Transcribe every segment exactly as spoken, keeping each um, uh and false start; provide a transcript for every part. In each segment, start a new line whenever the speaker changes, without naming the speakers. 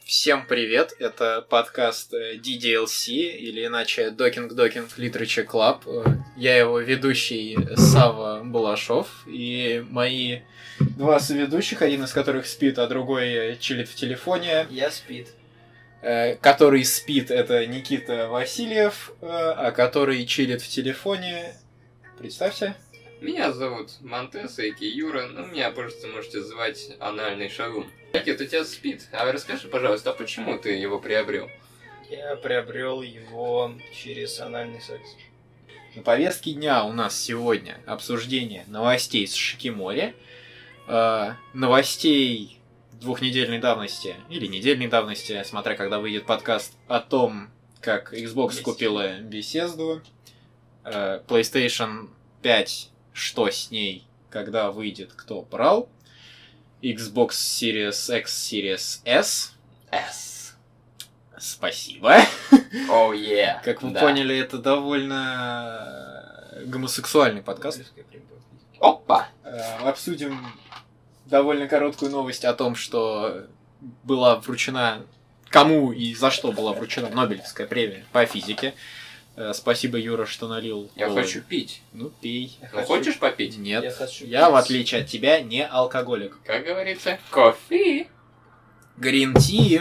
Всем привет, это подкаст ди ди эл си, или иначе Docking Docking Literature Club. Я его ведущий Сава Балашов, и мои два соведущих, один из которых спит, а другой чилит в телефоне.
Я спит.
Который спит, это Никита Васильев, а который чилит в телефоне... Представься.
Меня зовут Монтес, а.к.а. Юра, но меня просто можете звать Анальный Шарун. Никит, у тебя спит. А расскажи, пожалуйста, а почему ты его приобрел?
Я приобрел его через анальный секс.
На повестке дня у нас сегодня обсуждение новостей с Шикимори, э, новостей двухнедельной давности, или недельной давности, смотря когда выйдет подкаст, о том, как Xbox Есть. купила Bethesda, э, PlayStation пять, что с ней, когда выйдет, кто брал, Xbox Series X, Series S.
S.
Спасибо.
Oh yeah.
Как вы
да.
поняли, это довольно гомосексуальный подкаст.
Опа!
Обсудим довольно короткую новость о том, что была вручена, кому и за что была вручена Нобелевская премия по физике. Спасибо, Юра, что налил.
Я
колы.
хочу пить.
Ну, пей.
Ну, хочешь попить?
Нет.
Я, хочу
Я,
пить.
в отличие от тебя, не алкоголик.
Как говорится, кофе.
Грин-ти.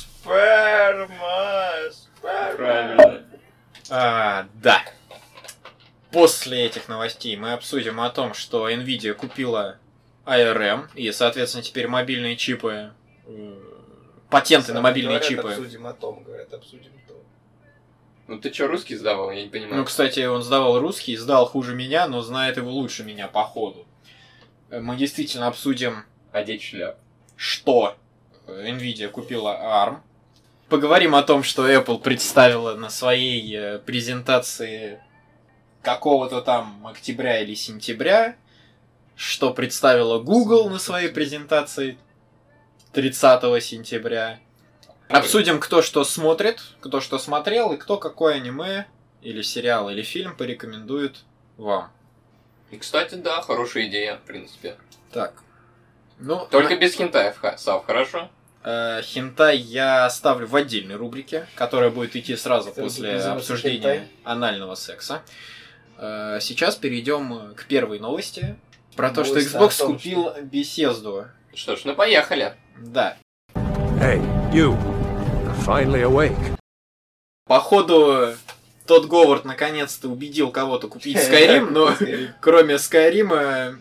Сперма. Сперма.
Правильно.
А, да. После этих новостей мы обсудим о том, что Nvidia купила эй ар эм, и, соответственно, теперь мобильные чипы, э, патенты
Сам
на мобильные
говорят,
чипы.
Обсудим о том, говорят, обсудим то.
Ну ты чё, русский сдавал? Я не понимаю.
Ну, кстати, он сдавал русский, сдал хуже меня, но знает его лучше меня по ходу. Мы действительно обсудим,
Одеть шляп.
что Nvidia купила арм. Поговорим о том, что Apple представила на своей презентации какого-то там октября или сентября, что представила Google на своей презентации тридцатого сентября. Обсудим, кто что смотрит, кто что смотрел, и кто какое аниме, или сериал, или фильм порекомендует вам.
И, кстати, да, хорошая идея, в принципе.
Так. Ну,
Только
на...
без хентаев, Сав, хорошо?
Э, хентай я оставлю в отдельной рубрике, которая будет идти сразу
Это
после
будет
обсуждения
хентай?
анального секса. Э, сейчас перейдем к первой новости. Про то, что
Новость
Xbox
о том,
купил Bethesda.
Что ж, ну поехали.
Да.
Hey, you. You're finally awake.
Походу, тот Говард наконец-то убедил кого-то купить Skyrim, но кроме Skyrim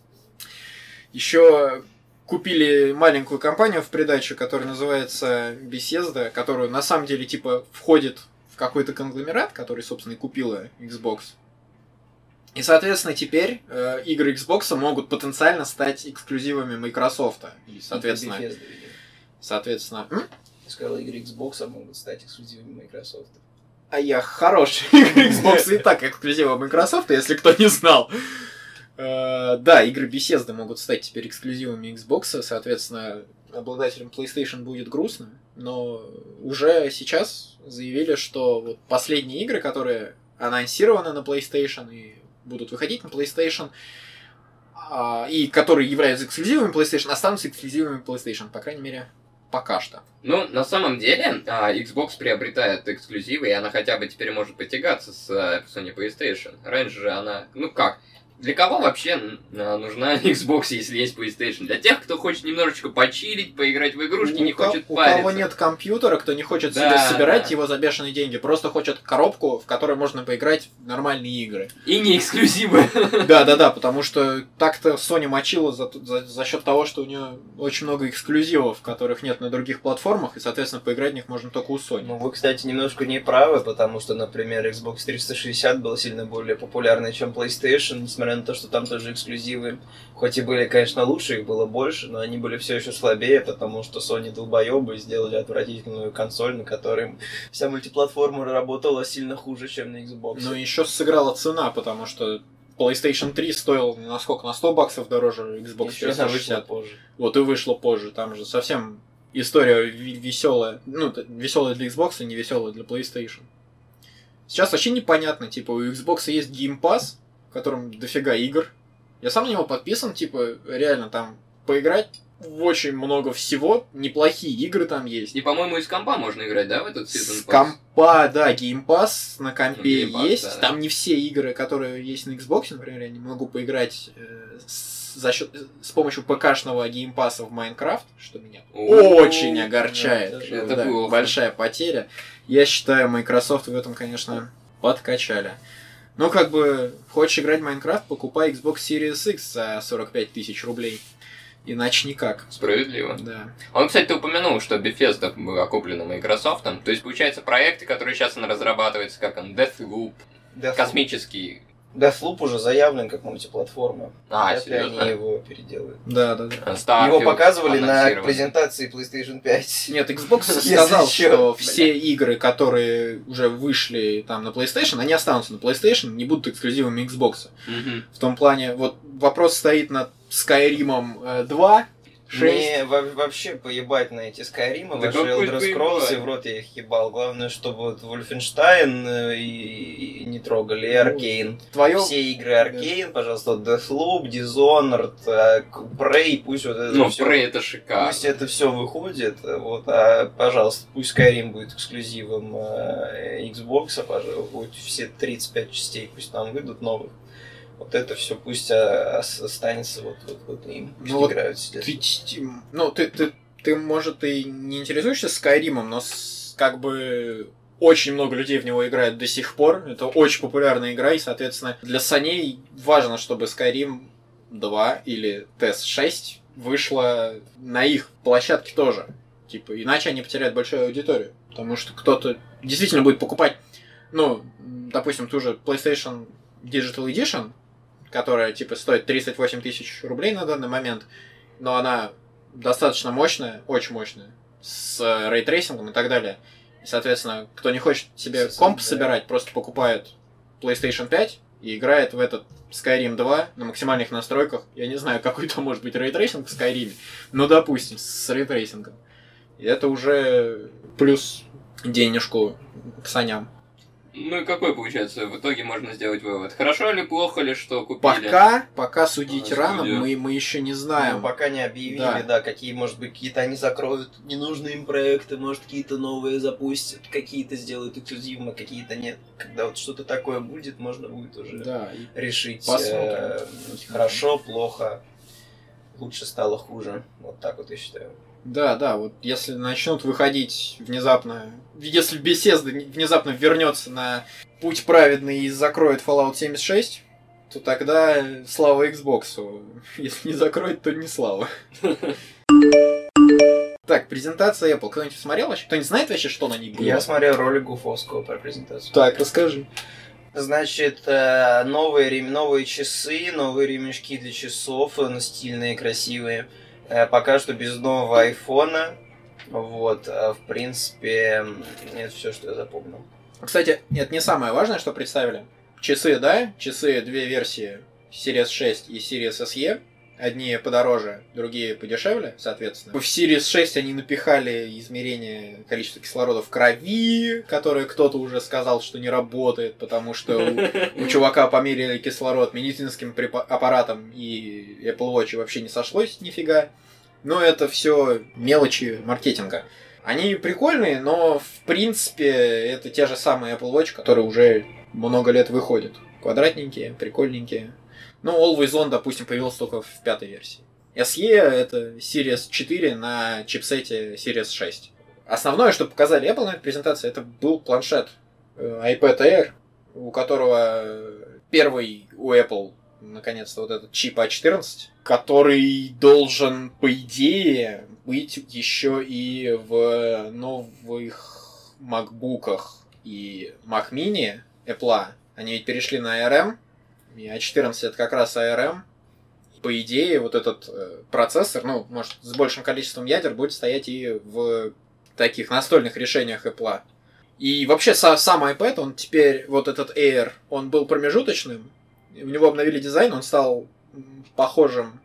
еще купили маленькую компанию в придачу, которая называется Bethesda, которая на самом деле типа входит в какой-то конгломерат, который, собственно, и купила Xbox. И, соответственно, теперь э, игры Xbox могут потенциально стать эксклюзивами Microsoft. И, соответственно...
Bethesda, видимо.
Соответственно... М?
Я сказал, игры Xbox могут стать эксклюзивами Microsoft.
А я хороший. Игры Xbox и так эксклюзивы Microsoft, если кто не знал. Uh, да, игры Bethesda могут стать теперь эксклюзивами Xbox, соответственно, обладателям PlayStation будет грустно, но уже сейчас заявили, что вот последние игры, которые анонсированы на PlayStation и будут выходить на PlayStation, uh, и которые являются эксклюзивами PlayStation, останутся эксклюзивами PlayStation, по крайней мере, пока что.
Ну, на самом деле, Xbox приобретает эксклюзивы, и она хотя бы теперь может потягаться с Sony PlayStation. Раньше же она... Ну как? Для кого вообще нужна Xbox, если есть PlayStation? Для тех, кто хочет немножечко почилить, поиграть в игрушки,
у
не
ко-
хочет
у
париться.
кого нет компьютера, кто не хочет
Да,
себе собирать
да.
его за бешеные деньги, просто хочет коробку, в которой можно поиграть в нормальные игры.
И не эксклюзивы.
Да-да-да, потому что так-то Sony мочила за, за, за счет того, что у нее очень много эксклюзивов, которых нет на других платформах, и, соответственно, поиграть в них можно только у Sony.
Ну, вы, кстати, немножко не правы, потому что, например, Xbox триста шестьдесят был сильно более популярный, чем PlayStation, несмотря на то, что там тоже эксклюзивы. Хоть и были, конечно, лучше, их было больше, но они были все еще слабее, потому что Sony долбоебы сделали отвратительную консоль, на которой вся мультиплатформа работала сильно хуже, чем на Xbox.
Ну, еще сыграла цена, потому что PlayStation три стоил на сколько? На сто баксов дороже Xbox
Еще она
триста
вышла
шестьдесят.
позже.
Вот и вышло позже. Там же совсем история веселая. Ну, веселая для Xbox, а не веселая для PlayStation. Сейчас вообще непонятно. Типа, у Xbox есть Game Pass, в котором дофига игр. Я сам на него подписан, типа, реально там поиграть очень много всего, неплохие игры там есть.
И, по-моему, из компа можно играть, да, в этот Season Pass?
С компа, да, Game Pass на компе
Game Pass,
есть.
да, да.
Там не все игры, которые есть на Xbox, например, я не могу поиграть э, с, за счет, с помощью ПК-шного Game Pass в Майнкрафт, что меня
О,
очень огорчает.
да,
это
Да,
плохо.
большая потеря. Я считаю, Microsoft в этом, конечно, подкачали. Ну, как бы, хочешь играть в Майнкрафт, покупай Xbox Series X за сорок пять тысяч рублей. Иначе никак.
Справедливо.
Да.
Он, кстати, ты упомянул, что Bethesda была куплена Microsoft. То есть, получается, проекты, которые сейчас он разрабатывается, как он, Deathloop,
Deathloop.
космический...
Deathloop уже заявлен как мультиплатформа.
А,
Вряд ли они
серьезно?
его переделают.
Да, да, да.
Starfield
Его показывали на
анонсирован.
презентации PlayStation пять.
Нет, Xbox
Если
сказал,
чё,
что
бля.
все игры, которые уже вышли там на PlayStation, они останутся на PlayStation, не будут эксклюзивами Xbox.
Мгм.
В том плане, вот вопрос стоит над Skyrim два, шесть.
Мне во- вообще поебать на эти Скайримы,
Да
ваши
какой
Elder
поебать?
Scrolls, и в рот я их ебал. Главное, чтобы вот Wolfenstein э, и, и не трогали, и Arcane.
Твое...
Все игры Arcane, пожалуйста, вот Deathloop, Dishonored, э, Prey, пусть вот это
Ну,
все...
Prey это шикарно.
Пусть это все выходит, вот, а, пожалуйста, пусть Skyrim будет эксклюзивом э, Xbox, а, пожалуйста, вот все тридцать пять частей пусть там выйдут новых. Вот это все пусть а, ос- останется вот, вот, вот им. Пусть
Ну вот
играют себе.
Ты, ти- ну, ты, ты, ты, может, и не интересуешься Скайримом, но с- как бы очень много людей в него играет до сих пор. Это очень популярная игра, и, соответственно, для саней важно, чтобы Skyrim два или ти эс шесть вышла на их площадке тоже. Типа, иначе они потеряют большую аудиторию. Потому что кто-то действительно будет покупать, ну, допустим, ту же PlayStation Digital Edition, которая, типа, стоит тридцать восемь тысяч рублей на данный момент, но она достаточно мощная, очень мощная, с рейтрейсингом и так далее. И, соответственно, кто не хочет себе
С-
комп
да.
собирать, просто покупает PlayStation пять и играет в этот Skyrim два на максимальных настройках. Я не знаю, какой там может быть рейтрейсинг в Skyrim, но, допустим, с рейтрейсингом. И это уже плюс денежку к саням.
Ну и какой, получается, в итоге можно сделать вывод? Хорошо или плохо ли, что купили?
Пока, пока судить
А,
рано,
студия.
мы, мы еще не
Ну,
знаем.
пока не объявили,
Да.
да. какие, может быть, какие-то они закроют ненужные им проекты, может, какие-то новые запустят, какие-то сделают эксклюзивно, какие-то нет. Когда вот что-то такое будет, можно будет уже
Да, и-
решить,
Посмотрим.
э, хорошо, плохо, лучше стало хуже. Вот так вот я считаю.
да, да, вот если начнут выходить внезапно, если Bethesda внезапно вернется на путь праведный и закроет Fallout семьдесят шесть, то тогда слава Xbox. Если не закроет, то не слава. Так, презентация Apple. Кто-нибудь смотрел вообще? Кто-нибудь знает вообще, что на ней было?
Я смотрел ролик Гуфовского про презентацию.
Так, расскажи.
Значит, э, новые, рем- новые часы, новые ремешки для часов, э, стильные, красивые. Э, Пока что без нового айфона. Вот, а, в принципе, это все, что я запомнил.
Кстати, это не самое важное, что представили. Часы, да? Часы, две версии. Series шесть и Series эс и. Одни подороже, другие подешевле, соответственно. В Series шесть они напихали измерение количества кислорода в крови, которое кто-то уже сказал, что не работает, потому что у, у чувака померили кислород медицинским препа- аппаратом, и Apple Watch вообще не сошлось нифига. Но это все мелочи маркетинга. Они прикольные, но в принципе это те же самые Apple Watch, которые уже много лет выходят. Квадратненькие, прикольненькие. Ну, Always On, допустим, появился только в пятой версии. эс и это Series четыре на чипсете Series шесть. Основное, что показали Apple на этой презентации, это был планшет э, iPad Air, у которого первый у Apple, наконец-то, вот этот чип а четырнадцать, который должен, по идее, быть еще и в новых MacBook'ах и Mac Mini Apple. Они ведь перешли на эй ар эм, и а четырнадцать это как раз эй ар эм. По идее, вот этот э, процессор, ну, может, с большим количеством ядер будет стоять и в таких настольных решениях Apple. И вообще са- сам iPad, он теперь, вот этот Air, он был промежуточным. У него обновили дизайн, он стал м, похожим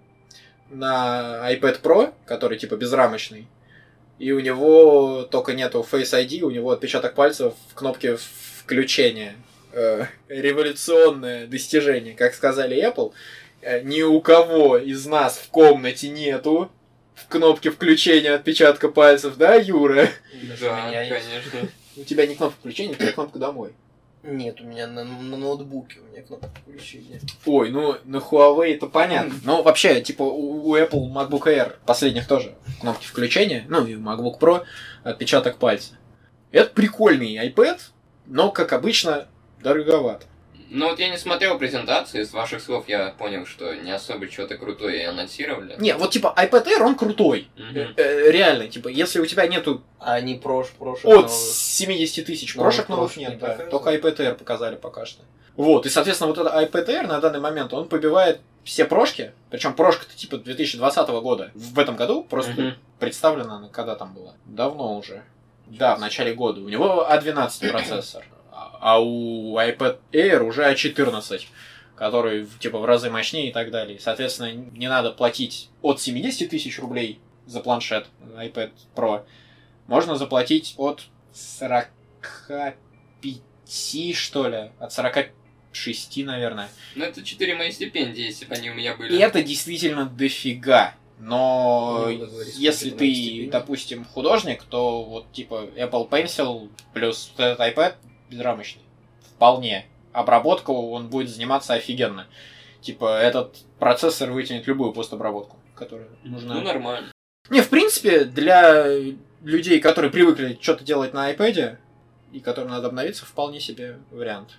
на iPad Pro, который типа безрамочный. И у него только нету Face ай ди, у него отпечаток пальцев в кнопке включения. Э, революционное достижение, как сказали Apple. Э, ни у кого из нас в комнате нету в кнопке включения отпечатка пальцев, да, Юра?
Даже у
Да,
меня есть.
конечно.
У тебя не кнопка включения, у тебя кнопка домой.
Нет, у меня на, на ноутбуке у меня кнопка включения.
Ой, ну на Huawei это понятно. Но вообще, типа, у, у Apple MacBook Air последних тоже кнопки включения, ну и у MacBook Pro отпечаток пальца. Это прикольный iPad, но, как обычно, дороговато.
Ну вот я не смотрел презентации, с ваших слов я понял, что не особо что-то крутое анонсировали.
Не, вот типа iPad Air, он крутой.
Мгм.
Э, реально, типа, если у тебя нету
А они прош, прошек
от
новых.
семидесяти тысяч
Новых
прошек новых
прошек не
нет, да,
показывали?
только iPad Air показали пока что. Вот, и, соответственно, вот этот iPad Air на данный момент, он побивает все прошки, причем прошка-то типа две тысячи двадцатого года, в этом году, просто
Мгм.
представлена она когда там была? Давно уже. Да, в начале года. У него а двенадцать процессор, а у iPad Air уже а четырнадцать, который типа в разы мощнее и так далее. Соответственно, не надо платить от семидесяти тысяч рублей за планшет iPad Pro. Можно заплатить от сорока пяти, что ли, от сорока шести, наверное.
Ну это четыре мои стипендии, если бы они у меня были.
И это действительно дофига. Но
Ну, надо говорить,
если
сколько
ты,
это стипендий.
допустим, художник, то вот типа Apple Pencil плюс вот этот iPad безрамочный. Вполне. Обработку он будет заниматься офигенно. Типа этот процессор вытянет любую постобработку, которая нужна.
Ну нормально.
Не, в принципе, для людей, которые привыкли что-то делать на iPad и которым надо обновиться, вполне себе вариант.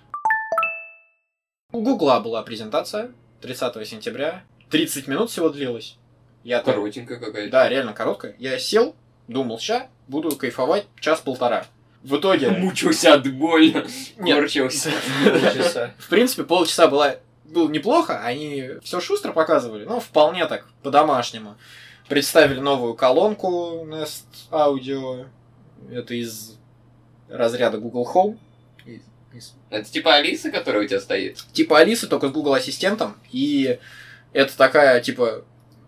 У Гугла была презентация тридцатого сентября. тридцать минут всего длилась. Я так-
Коротенькая какая-то.
Да, реально короткая. Я сел, думал, ща буду кайфовать час-полтора. В итоге...
Мучился от боли.
Нет.
Корчился.
Полчаса.
В принципе, полчаса было, было неплохо. Они все шустро показывали, но вполне так, по-домашнему. Представили новую колонку Nest Audio. Это из разряда Google Home. Из- из-
Это типа Алиса, которая у тебя стоит?
Типа Алисы, только с Google Ассистентом. И это такая, типа,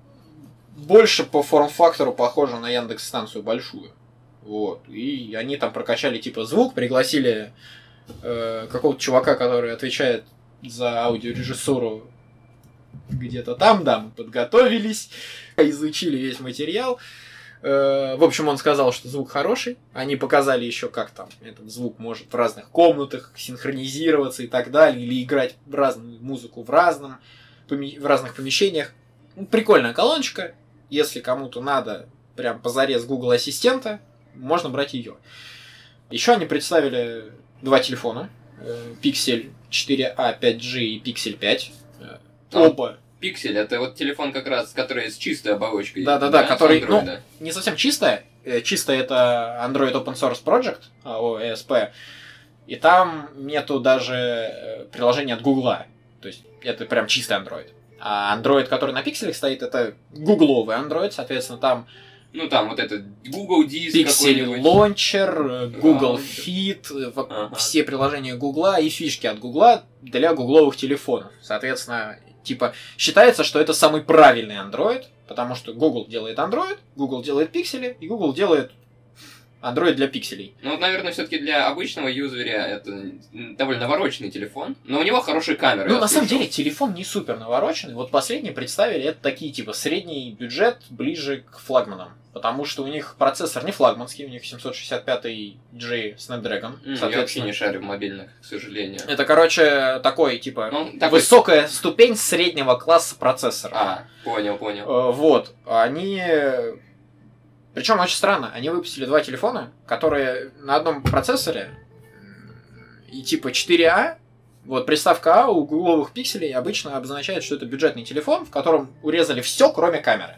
больше по форм-фактору похожа на Яндекс-станцию большую. Вот. И они там прокачали, типа, звук, пригласили э, какого-то чувака, который отвечает за аудиорежиссуру где-то там, да, мы подготовились, изучили весь материал. Э, в общем, он сказал, что звук хороший. Они показали еще, как там этот звук может в разных комнатах синхронизироваться и так далее, или играть разную музыку в, разном, поме- в разных помещениях. Ну, прикольная колоночка. Если кому-то надо прям позарез Google Ассистента, можно брать ее. Еще они представили два телефона. э, Pixel четыре а пять джи и Pixel пять. Э,
А.
Оба.
Пиксель, это вот телефон как раз, который с чистой оболочкой.
Да-да-да,
с
который, ну,
Android.
не совсем чистая. Э, Чистая это Android Open Source Project, а о и эс пи. И там нету даже э, приложения от Гугла. То есть это прям чистый Android. А Android, который на пикселях стоит, это гугловый Android, соответственно, там
Ну там вот этот Google Диск
Pixel
какой-нибудь.
Launcher, Google
Да.
Fit, э, во-
Ага.
все приложения Гугла и фишки от Гугла для гугловых телефонов. Соответственно, типа, считается, что это самый правильный Android, потому что Google делает Android, Google делает пиксели, и Google делает Android для пикселей.
Ну вот, наверное, все-таки для обычного юзеря это довольно навороченный телефон, но у него хорошие камеры.
Ну,
я
на самом
слышал.
деле, телефон не супер навороченный. Вот последний представили, это такие, типа, средний бюджет, ближе к флагманам. Потому что у них процессор не флагманский, у них семьсот шестьдесят пятый джи Snapdragon.
М, Я вообще
соответственно.
не шарю в мобильных, к сожалению.
Это, короче, такой, типа,
Ну, такой-
высокая ступень среднего класса процессора.
А, понял, понял.
Э, Вот. Они... Причем очень странно. Они выпустили два телефона, которые на одном процессоре и типа четыре а. Вот приставка А у гугловых пикселей обычно обозначает, что это бюджетный телефон, в котором урезали все, кроме камеры.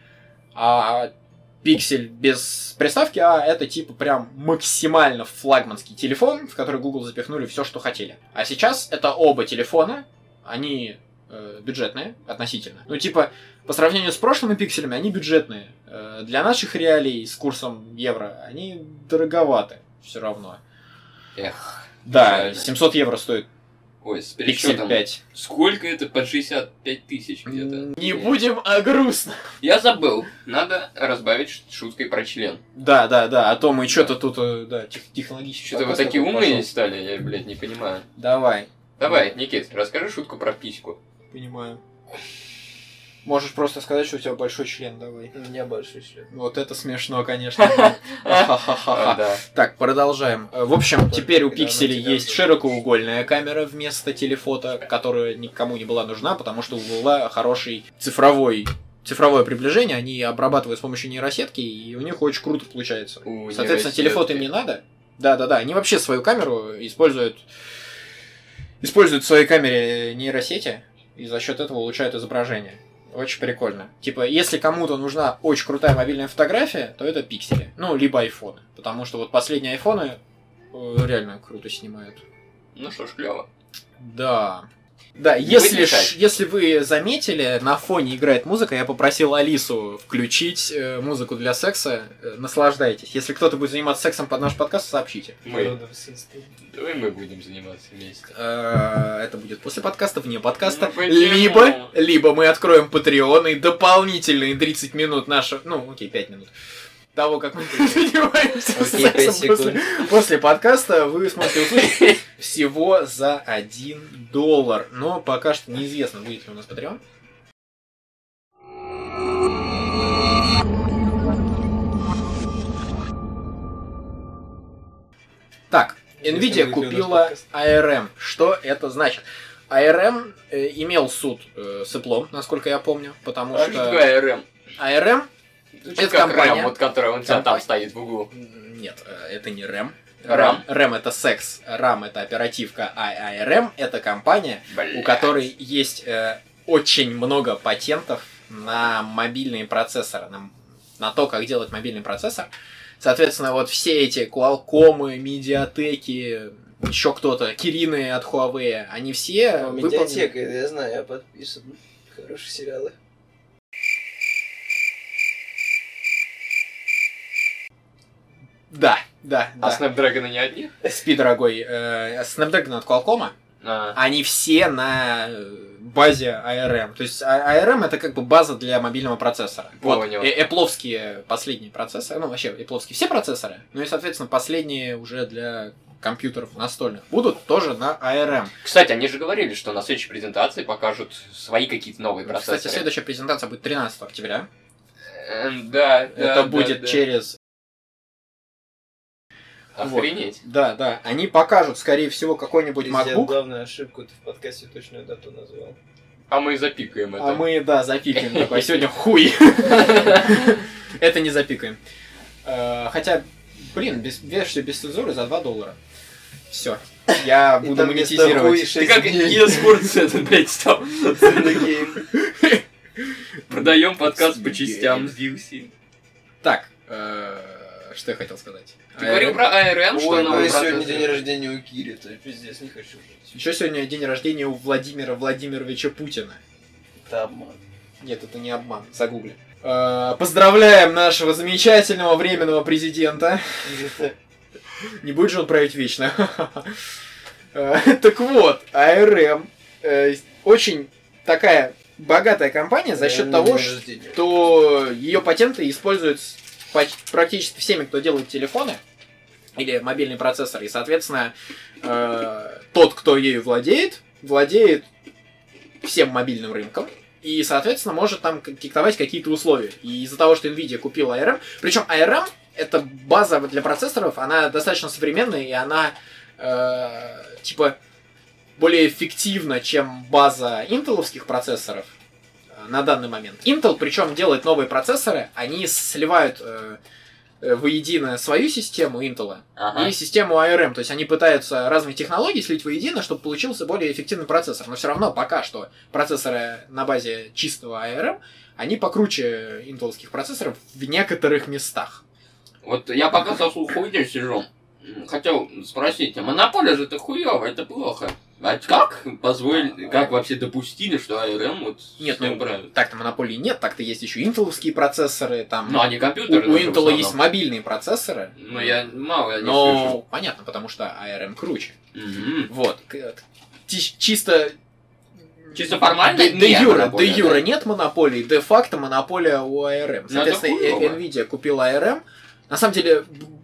А пиксель без приставки А это типа прям максимально флагманский телефон, в который Google запихнули все, что хотели. А сейчас это оба телефона, они э, бюджетные относительно. Ну типа по сравнению с прошлыми пикселями они бюджетные. Э, для наших реалий с курсом евро они дороговаты все равно.
Эх.
Да,
Правильно.
семьсот евро стоит
Ой, с
пиксель
пересчетом.
пять.
Сколько это? Под шестьдесят пять тысяч где-то.
Не будем, а грустно.
Я забыл. Надо разбавить ш- шуткой про член.
Да, да, да, а то мы что-то тут, э, да, тех- технологически...
Что-то вы
подкаст
такие
такой
умные
пошел.
стали, я, блядь, не понимаю.
Давай,
Давай, Никит, расскажи шутку про письку.
понимаю. Можешь просто сказать, что у тебя большой член, давай.
У меня большой член.
Вот это смешно, конечно. Ха-ха-ха-ха.
Да.
Так, продолжаем. В общем, теперь у
когда
Пикселей
она тебя
есть
будет.
широкоугольная камера вместо телефота, которая никому не была нужна, потому что у Гугла хороший цифровой цифровое приближение, они обрабатывают с помощью нейросетки, и у них очень круто получается.
У
Соответственно,
нейросетки.
телефон им не надо. Да-да-да, они вообще свою камеру используют используют в своей камере нейросети, и за счет этого улучшают изображение. Очень прикольно. Типа, если кому-то нужна очень крутая мобильная фотография, то это пиксели. Ну, либо айфоны. Потому что вот последние айфоны э, реально круто снимают.
Ну что ж, клево.
Да. Да,
Не
если,
будет
ш-
мешать.
если вы заметили, на фоне играет музыка, я попросил Алису включить э, музыку для секса. Э, наслаждайтесь. Если кто-то будет заниматься сексом под наш подкаст, сообщите.
Мы. Давай мы будем заниматься вместе.
Э, Это будет после подкаста, вне подкаста.
Ну, почему?
либо, либо мы откроем Patreon и дополнительные тридцать минут нашего... Ну, окей, пять минут. Того, как мы занимаемся
Окей, пять
сексом после,
секунд.
после подкаста, вы сможете услышать всего за один доллар. Но пока что неизвестно, будет ли у нас Patreon. Так, Nvidia
Будет ли у нас
купила
подкаст?
эй ар эм. Что это значит? эй ар эм э, имел суд э, с Apple, насколько я помню, потому
А что
что
такое эй ар эм?
эй ар эм
Это
Это
как
компания.
рэм, вот который он у тебя там
Компания.
стоит в углу.
Нет, э, это не RAM.
RAM?
RAM это секс, RAM это оперативка, а эй ар эм это компания,
Бля.
у которой есть э, очень много патентов на мобильные процессоры, на, на то, как делать мобильный процессор. Соответственно, вот все эти Qualcomm, Mediatek, еще кто-то, Кирины от Huawei, они все
Ну,
выполнены-
Медиатека, я знаю, я подписан. Хорошие сериалы.
Да, да,
А
да.
Snapdragon не одни?
Спи, дорогой, э, Snapdragon от Qualcomm,
А.
они все на э, базе эй ар эм. То есть а- эй ар эм это как бы база для мобильного процессора. Вот
Понял.
э- Apple'овские последние процессоры, ну вообще Apple'овские все процессоры, ну и соответственно последние уже для компьютеров настольных будут тоже на эй ар эм.
Кстати, они же говорили, что на следующей презентации покажут свои какие-то новые процессоры.
Кстати, следующая презентация будет тринадцатого октября.
Эм, Да, да.
Это
да,
будет
да.
через...
Охренеть.
Вот. Да, да. Они покажут, скорее всего, какой-нибудь
Президент
MacBook.
главную ошибку ты в подкасте точную дату назвал.
А мы запикаем это.
А мы, да, запикаем такой. Сегодня хуй. Это не запикаем. Э, Хотя, блин, без, версию без цензуры за два доллара. Все. Я
И
буду
там вместо
монетизировать.
хуй
Ты
шесть
как
дней.
e-спортс это, блядь, стал.
Game.
Продаем подкаст по
Game.
частям с ди эл си.
Так, э, что я хотел сказать?
Ты говорил про эй ар эм, что
Ой,
новый
ой, сегодня
процессор?
день рождения у Кири, то пиздец, не хочу жить.
Еще сегодня день рождения у Владимира Владимировича Путина.
Это обман.
Нет, это не обман. Загугли. Э, Поздравляем нашего замечательного временного президента. Не будет же он править вечно. Э, Так вот, эй ар эм э, очень такая богатая компания за счет того, что ее патенты используют с- поч- практически всеми, кто делает телефоны или мобильный процессор. И, соответственно, э, тот, кто ею владеет, владеет всем мобильным рынком. И, соответственно, может там к- диктовать какие-то условия. И из-за того, что Nvidia купила эй ар эм, причем эй ар эм это база для процессоров, она достаточно современная, и она э, типа более эффективна, чем база интеловских процессоров э, на данный момент. Intel, причем, делает новые процессоры, они сливают э, э, воедино свою систему Intel
Ага.
и систему эй ар эм. То есть они пытаются разные технологии слить воедино, чтобы получился более эффективный процессор. Но все равно пока что процессоры на базе чистого эй ар эм, они покруче интеловских процессоров в некоторых местах.
Вот я пока со хуйней сижу. М, Хотел спросить, а монополия же это хуёво, это плохо. А как позволили, как вообще допустили, что эй ар эм вот
Нет,
с ним
ну,
правит?
так-то монополии нет, так-то есть еще интеловские процессоры, там...
Ну, они
у,
компьютеры.
у
даже в
Intel
основном.
есть мобильные процессоры,
Ну, я мало не
но понятно, потому что эй ар эм круче.
слышу. Мгм.
Вот. К- ти- Чисто...
Чисто формально
Де, де
нет
юра, де
монополии,
юра
да?
нет монополии, де факто монополия у эй ар эм.
Ну, это
Соответственно,
хуёво.
э- Nvidia купила эй ар эм. На самом деле, б-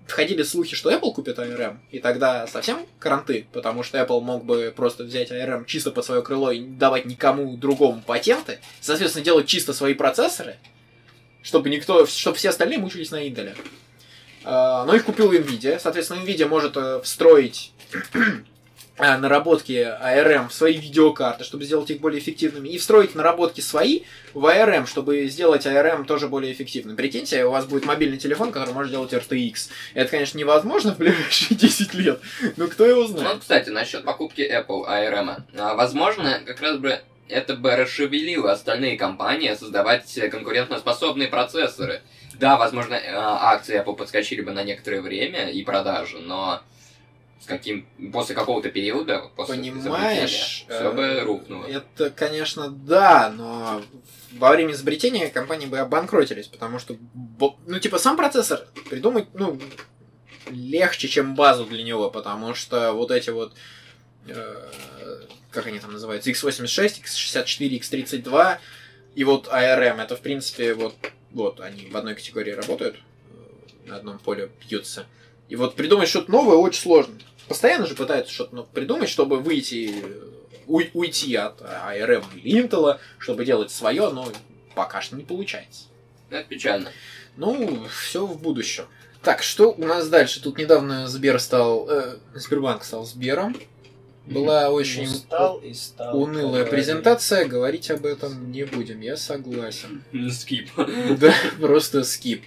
ходили слухи, что Apple купит эй ар эм, и тогда совсем кранты, потому что Apple мог бы просто взять эй ар эм чисто под свое крыло и не давать никому другому патенты, соответственно, делать чисто свои процессоры, чтобы никто, чтобы все остальные мучились на Intel. Но их купил Nvidia, соответственно, Nvidia может встроить наработки эй ар эм в свои видеокарты, чтобы сделать их более эффективными, и встроить наработки свои в эй ар эм, чтобы сделать эй ар эм тоже более эффективным. Прикиньте, у вас будет мобильный телефон, который может делать эр ти экс. Это, конечно, невозможно в ближайшие десять лет, но кто его знает.
Ну, кстати, насчет покупки Apple эй ар эм. Возможно, как раз бы это бы расшевелило остальные компании создавать конкурентоспособные процессоры. Да, возможно, акции Apple подскочили бы на некоторое время и продажи, но с каким после какого-то периода, после
Понимаешь,
все бы рухнуло.
Это, конечно, да, но во время изобретения компании бы обанкротились, потому что, ну, типа, сам процессор придумать, ну, легче, чем базу для него, потому что вот эти вот, э, как они там называются, икс восемьдесят шесть, икс шестьдесят четыре, икс тридцать два и вот эй ар эм, это, в принципе, вот, вот они в одной категории работают, на одном поле бьются. И вот придумать что-то новое очень сложно. Постоянно же пытаются что-то придумать, чтобы выйти, уй, уйти от эй ар эм или Intel, чтобы делать свое, но пока что не получается.
Это печально.
Ну, все в будущем. Так, что у нас дальше? Тут недавно Сбер стал, э, Сбербанк стал Сбером. Была очень
стал и стал,
унылая
говорили.
презентация, говорить об этом не будем, я согласен.
Скип.
Да, просто скип.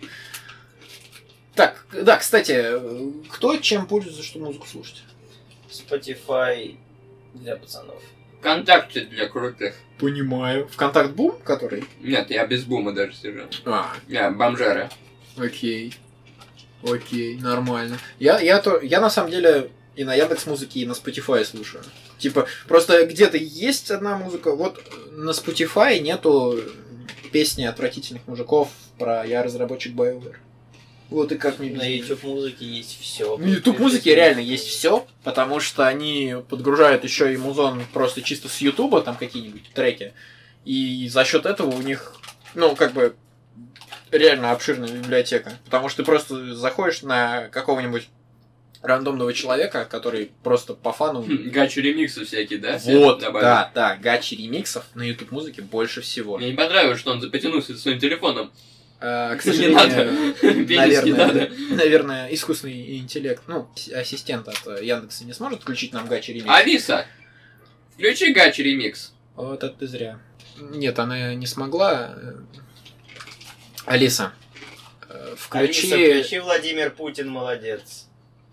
Так, да, кстати, кто чем пользуется, чтобы музыку слушать?
Spotify для пацанов.
ВКонтакте для крутых.
Понимаю. ВКонтакт Бум, который?
Нет, я без бума даже сижу.
А,
Я бомжара.
окей. Окей, нормально. Я, я, то, я на самом деле и на Яндекс.Музыке, и на Spotify слушаю. Типа, просто где-то есть одна музыка, вот на Spotify нету песни отвратительных мужиков про «Я разработчик BioWare». Вот и как мне
На YouTube музыке есть все.
На YouTube музыке реально есть все, потому что они подгружают еще и музон просто чисто с YouTube, там какие-нибудь треки. И за счет этого у них, ну, как бы, реально обширная библиотека. Потому что ты просто заходишь на какого-нибудь рандомного человека, который просто по фану...
Гачи ремиксы всякие, да?
Вот, да, да, гачи ремиксов на YouTube музыке больше всего.
Мне не понравилось, что он потянулся за своим телефоном.
А, к
Не
сожалению,
надо.
наверное,
надо.
наверное, искусственный интеллект, ну, ассистент от Яндекса не сможет включить нам гачи ремикс.
Алиса, включи гачи ремикс.
Вот это ты зря. Нет, она не смогла. Алиса, включи...
Алиса, включи Владимир Путин, молодец.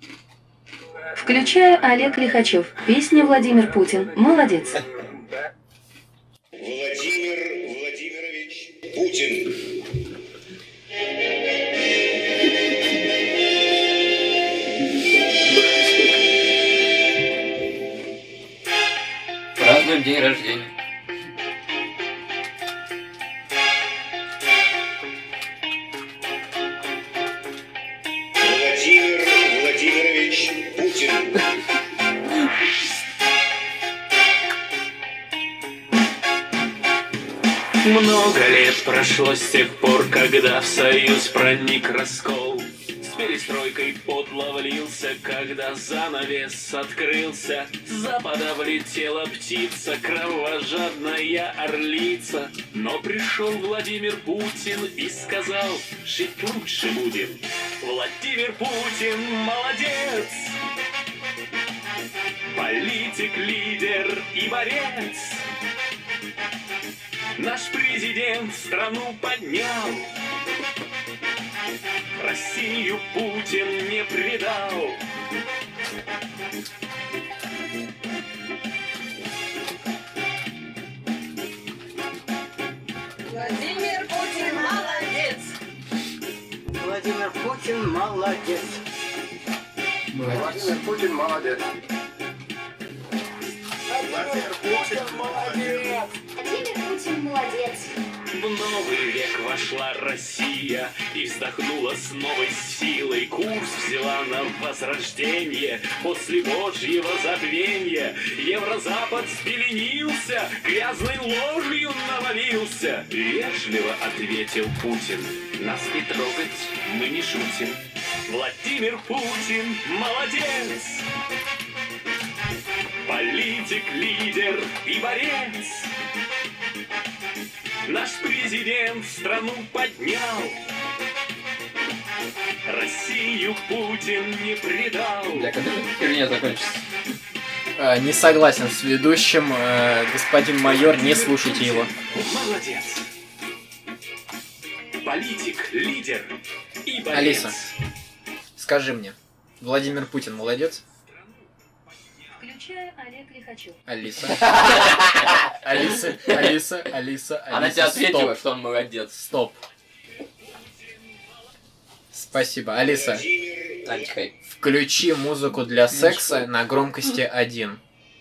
Включая Олег Лихачев. Песня «Владимир Путин». Молодец.
Владимир Владимирович Путин.
Празднуем день рождения.
Владимир Владимирович Путин.
Много лет прошло с тех пор, когда в Союз проник раскол. С перестройкой подло влился, когда занавес открылся. С запада влетела птица, кровожадная орлица. Но пришел Владимир Путин и сказал: жить лучше будем. Владимир Путин молодец, политик, лидер и борец. Наш президент страну поднял, Россию Путин не предал.
Владимир Путин молодец!
Владимир Путин молодец! Владимир Путин молодец! Владимир Путин молодец!
Владимир Путин молодец!
В новый век вошла Россия и вздохнула с новой силой. Курс взяла на возрождение после Божьего забвения. Еврозапад спеленился, грязной ложью навалился. Вежливо ответил Путин: нас не трогать, мы не шутим. Владимир Путин молодец. Политик, лидер и борец. Наш президент страну поднял. Россию Путин не предал.
Бля, когда же херня закончится?
Э, не согласен с ведущим, э, господин майор, не слушайте его.
Молодец. Политик, лидер и борец.
Алиса, скажи мне, Владимир Путин молодец?
Включая Олег Лихачев.
Алиса. Алиса, Алиса, Алиса,
Она
Алиса,
тебе ответила,
стоп.
что он молодец.
Стоп. Спасибо. Алиса,
Антихейт.
включи музыку для секса на громкости один.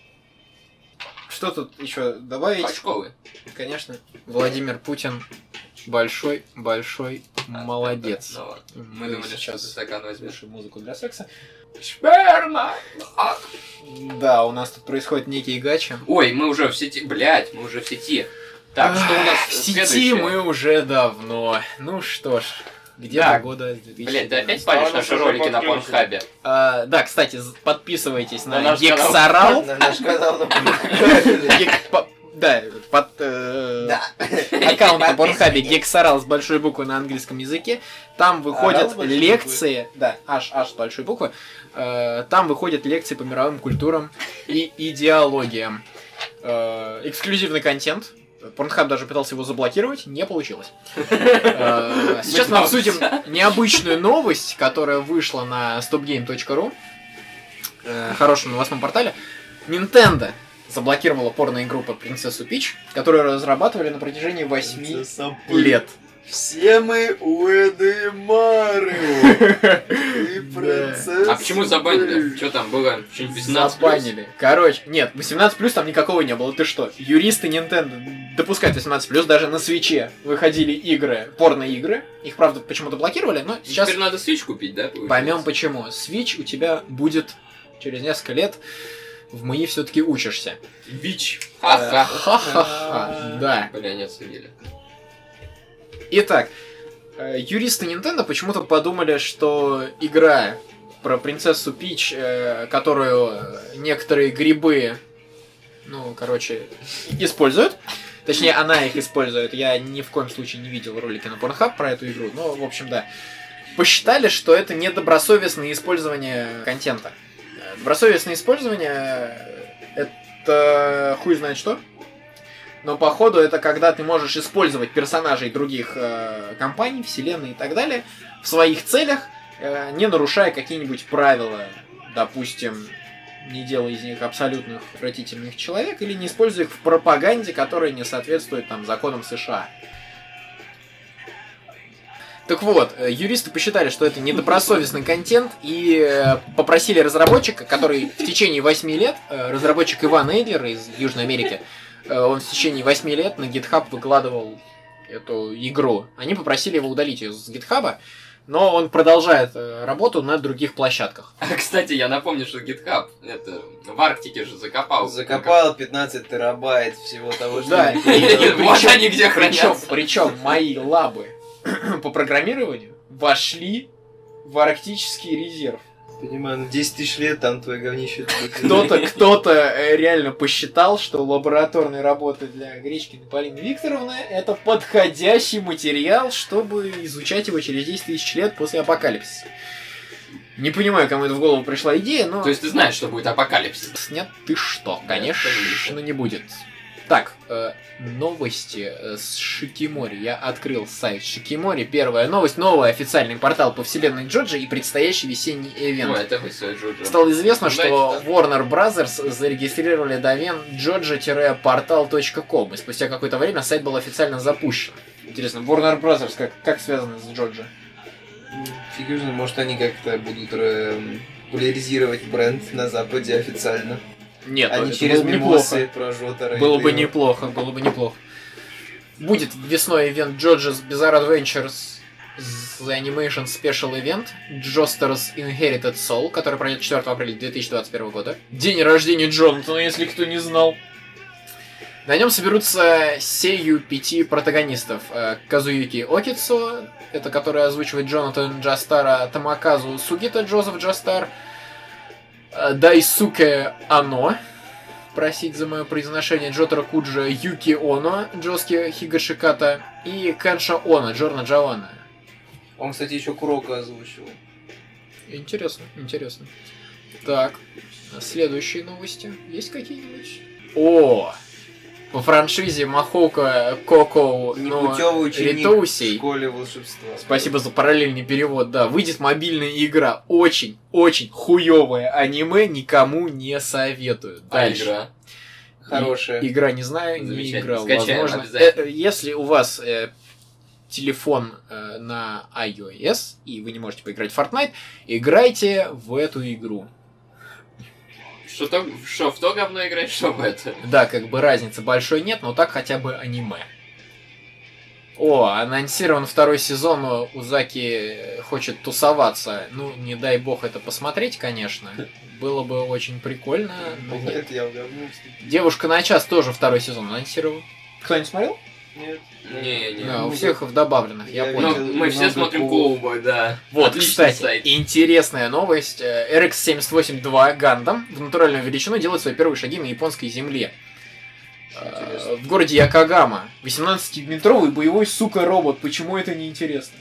Что тут еще добавить?
От школы.
Конечно. Владимир Путин большой-большой молодец.
Ну ладно. Мы
Мы
думали, что
сейчас
ты стакан возьмешь.
слушаем музыку для секса. Сперма! Да, у нас тут происходит некий гачи.
Ой, мы уже в сети. Блять, мы уже в сети. Так, что у нас
В сети
следующее?
мы уже давно. Ну что ж, где-то
Так.
года с две тысячи
Блять, ты опять
двенадцатого.
палишь наши ролики на Порнхабе?
А, да, кстати, з- подписывайтесь на,
На наш канал.
Гексорал.
На наш канал.
Гек- по- Да, под э, аккаунт на Порнхабе Гексорал с большой буквы на английском языке. Там выходят
Орал с большой
лекции, да, аж аж с большой буквы. Э, Там выходят лекции по мировым культурам и идеологиям. Э, Эксклюзивный контент. Порнхаб даже пытался его заблокировать, не получилось. Э, Сейчас мы обсудим необычную новость, которая вышла на stopgame точка ру, э, хорошем новостном портале. Nintendo заблокировала порно-игру по принцессу Пич, которую разрабатывали на протяжении восьми лет.
Все мы Уэды Марио. И принцесса.
А почему забанили? Что там было? Что-нибудь восемнадцать плюс?
Забанили. Короче, нет, восемнадцать плюс там никакого не было. Ты что? Юристы Nintendo допускают восемнадцать плюс, даже на свече выходили игры, порно-игры. Их, правда, почему-то блокировали, но сейчас
Теперь надо Switch купить, да? получается?
поймем почему. Switch у тебя будет через несколько лет. В МАИ все-таки учишься.
Вич.
Э,
Ха-ха.
Ха-ха-ха. Да.
Бля, не осудили.
Итак, э, юристы Nintendo почему-то подумали, что игра про принцессу Пич, э, которую некоторые грибы, ну, короче, используют. Точнее, она их использует. Я ни в коем случае не видел ролики на Pornhub про эту игру. Но, в общем, да. Посчитали, что это недобросовестное использование контента. Э, Добросовестное использование — это хуй знает что. Но походу это когда ты можешь использовать персонажей других э, компаний, вселенной и так далее в своих целях, э, не нарушая какие-нибудь правила, допустим, не делая из них абсолютных отвратительных человек, или не используя их в пропаганде, которая не соответствует там законам США. Так вот, э, юристы посчитали, что это недобросовестный контент, и э, попросили разработчика, который в течение восьми лет, э, разработчик Иван Эйдлер из Южной Америки, он в течение восьми лет на GitHub выкладывал эту игру. Они попросили его удалить ее с GitHub, но он продолжает э, работу на других площадках.
А, кстати, я напомню, что GitHub это в Арктике же закопал.
Закопал пятнадцать терабайт всего того, что...
Да,
они
и-
делали.
Вот они где
Причем,
хранятся.
причем мои лабы по программированию вошли в арктический резерв.
Понимаю, на десять тысяч лет там твое говнище...
Кто-то, кто-то э, реально посчитал, что лабораторные работы для Гречкиной Полины Викторовны это подходящий материал, чтобы изучать его через десять тысяч лет после апокалипсиса. Не понимаю, кому это в голову пришла идея, но...
То есть ты знаешь, что будет апокалипсис?
Нет, ты что?
Нет,
Конечно,
конечно.
не будет. Так, э, новости э, с Шикимори. Я открыл сайт Шикимори. Первая новость. Новый официальный портал по вселенной Джоджи и предстоящий весенний эвент.
Ну, это вы, свой Джоджо.
Стало известно,
Знаете,
что
да?
Warner Brothers зарегистрировали домен джоджо портал точка ком, и спустя какое-то время сайт был официально запущен. Интересно, Warner Brothers как, как связаны с Джоджо?
Фиг его знает, может они как-то будут э, популяризировать бренд на Западе официально.
Нет,
Они
это
через
было бы
мемосы
неплохо.
про Жотара.
Было бы неплохо, было бы неплохо. Будет весной ивент JoJo's Bizarre Adventures The Animation Special Event Joestar's Inherited Soul, который пройдет четвёртого апреля две тысячи двадцать первого года. День рождения Джонатана, если кто не знал. На нем соберутся сею пяти протагонистов. Э, Казуюки Окицу, это который озвучивает Джонатан Джастара, Тамаказу Сугита, Джозеф Джастар, э, Дайсуке Ано, просить за мое произношение, Джотаро Куджа Юки Оно, Джоски Хигашиката и Кэнша Оно, Джорна Джованна.
Он, кстати, еще Куроко озвучивал.
Интересно, интересно. Так, следующие новости. Есть какие-нибудь? О! По франшизе Махоука Коко
Непутевый ученик
Ритоусей.
в школе волшебства.
Спасибо за параллельный перевод, да. Выйдет мобильная игра. Очень, очень хуёвое аниме, никому не советую.
А
Дальше.
игра?
Хорошая.
И- игра не знаю, не
Замечательно.
играл.
Скачаем
Возможно.
обязательно.
Э, Если у вас э, телефон э, на iOS, и вы не можете поиграть в Fortnite, играйте в эту игру.
Что, то, что в то говно играть, что в это?
Да, как бы разницы большой нет, но так хотя бы аниме. О, анонсирован второй сезон, Узаки хочет тусоваться. Ну, не дай бог это посмотреть, конечно. Было бы очень прикольно. но нет.
Нет, я угадал.
Девушка на час тоже второй сезон анонсировал. Кто-нибудь смотрел?
Нет.
Не, не.
Да, у всех в добавленных, я
Я
понял.
Ну,
видел
мы все
много
смотрим
Коуба.
Коуба, да.
Вот,
Отличный
кстати,
сайт.
интересная новость. Э, эр икс семьдесят восемь два Гандам в натуральную величину делает свои первые шаги на японской земле. Э,
Интересно.
В городе Якогама. восемнадцатиметровый боевой, сука, робот. Почему это не интересно?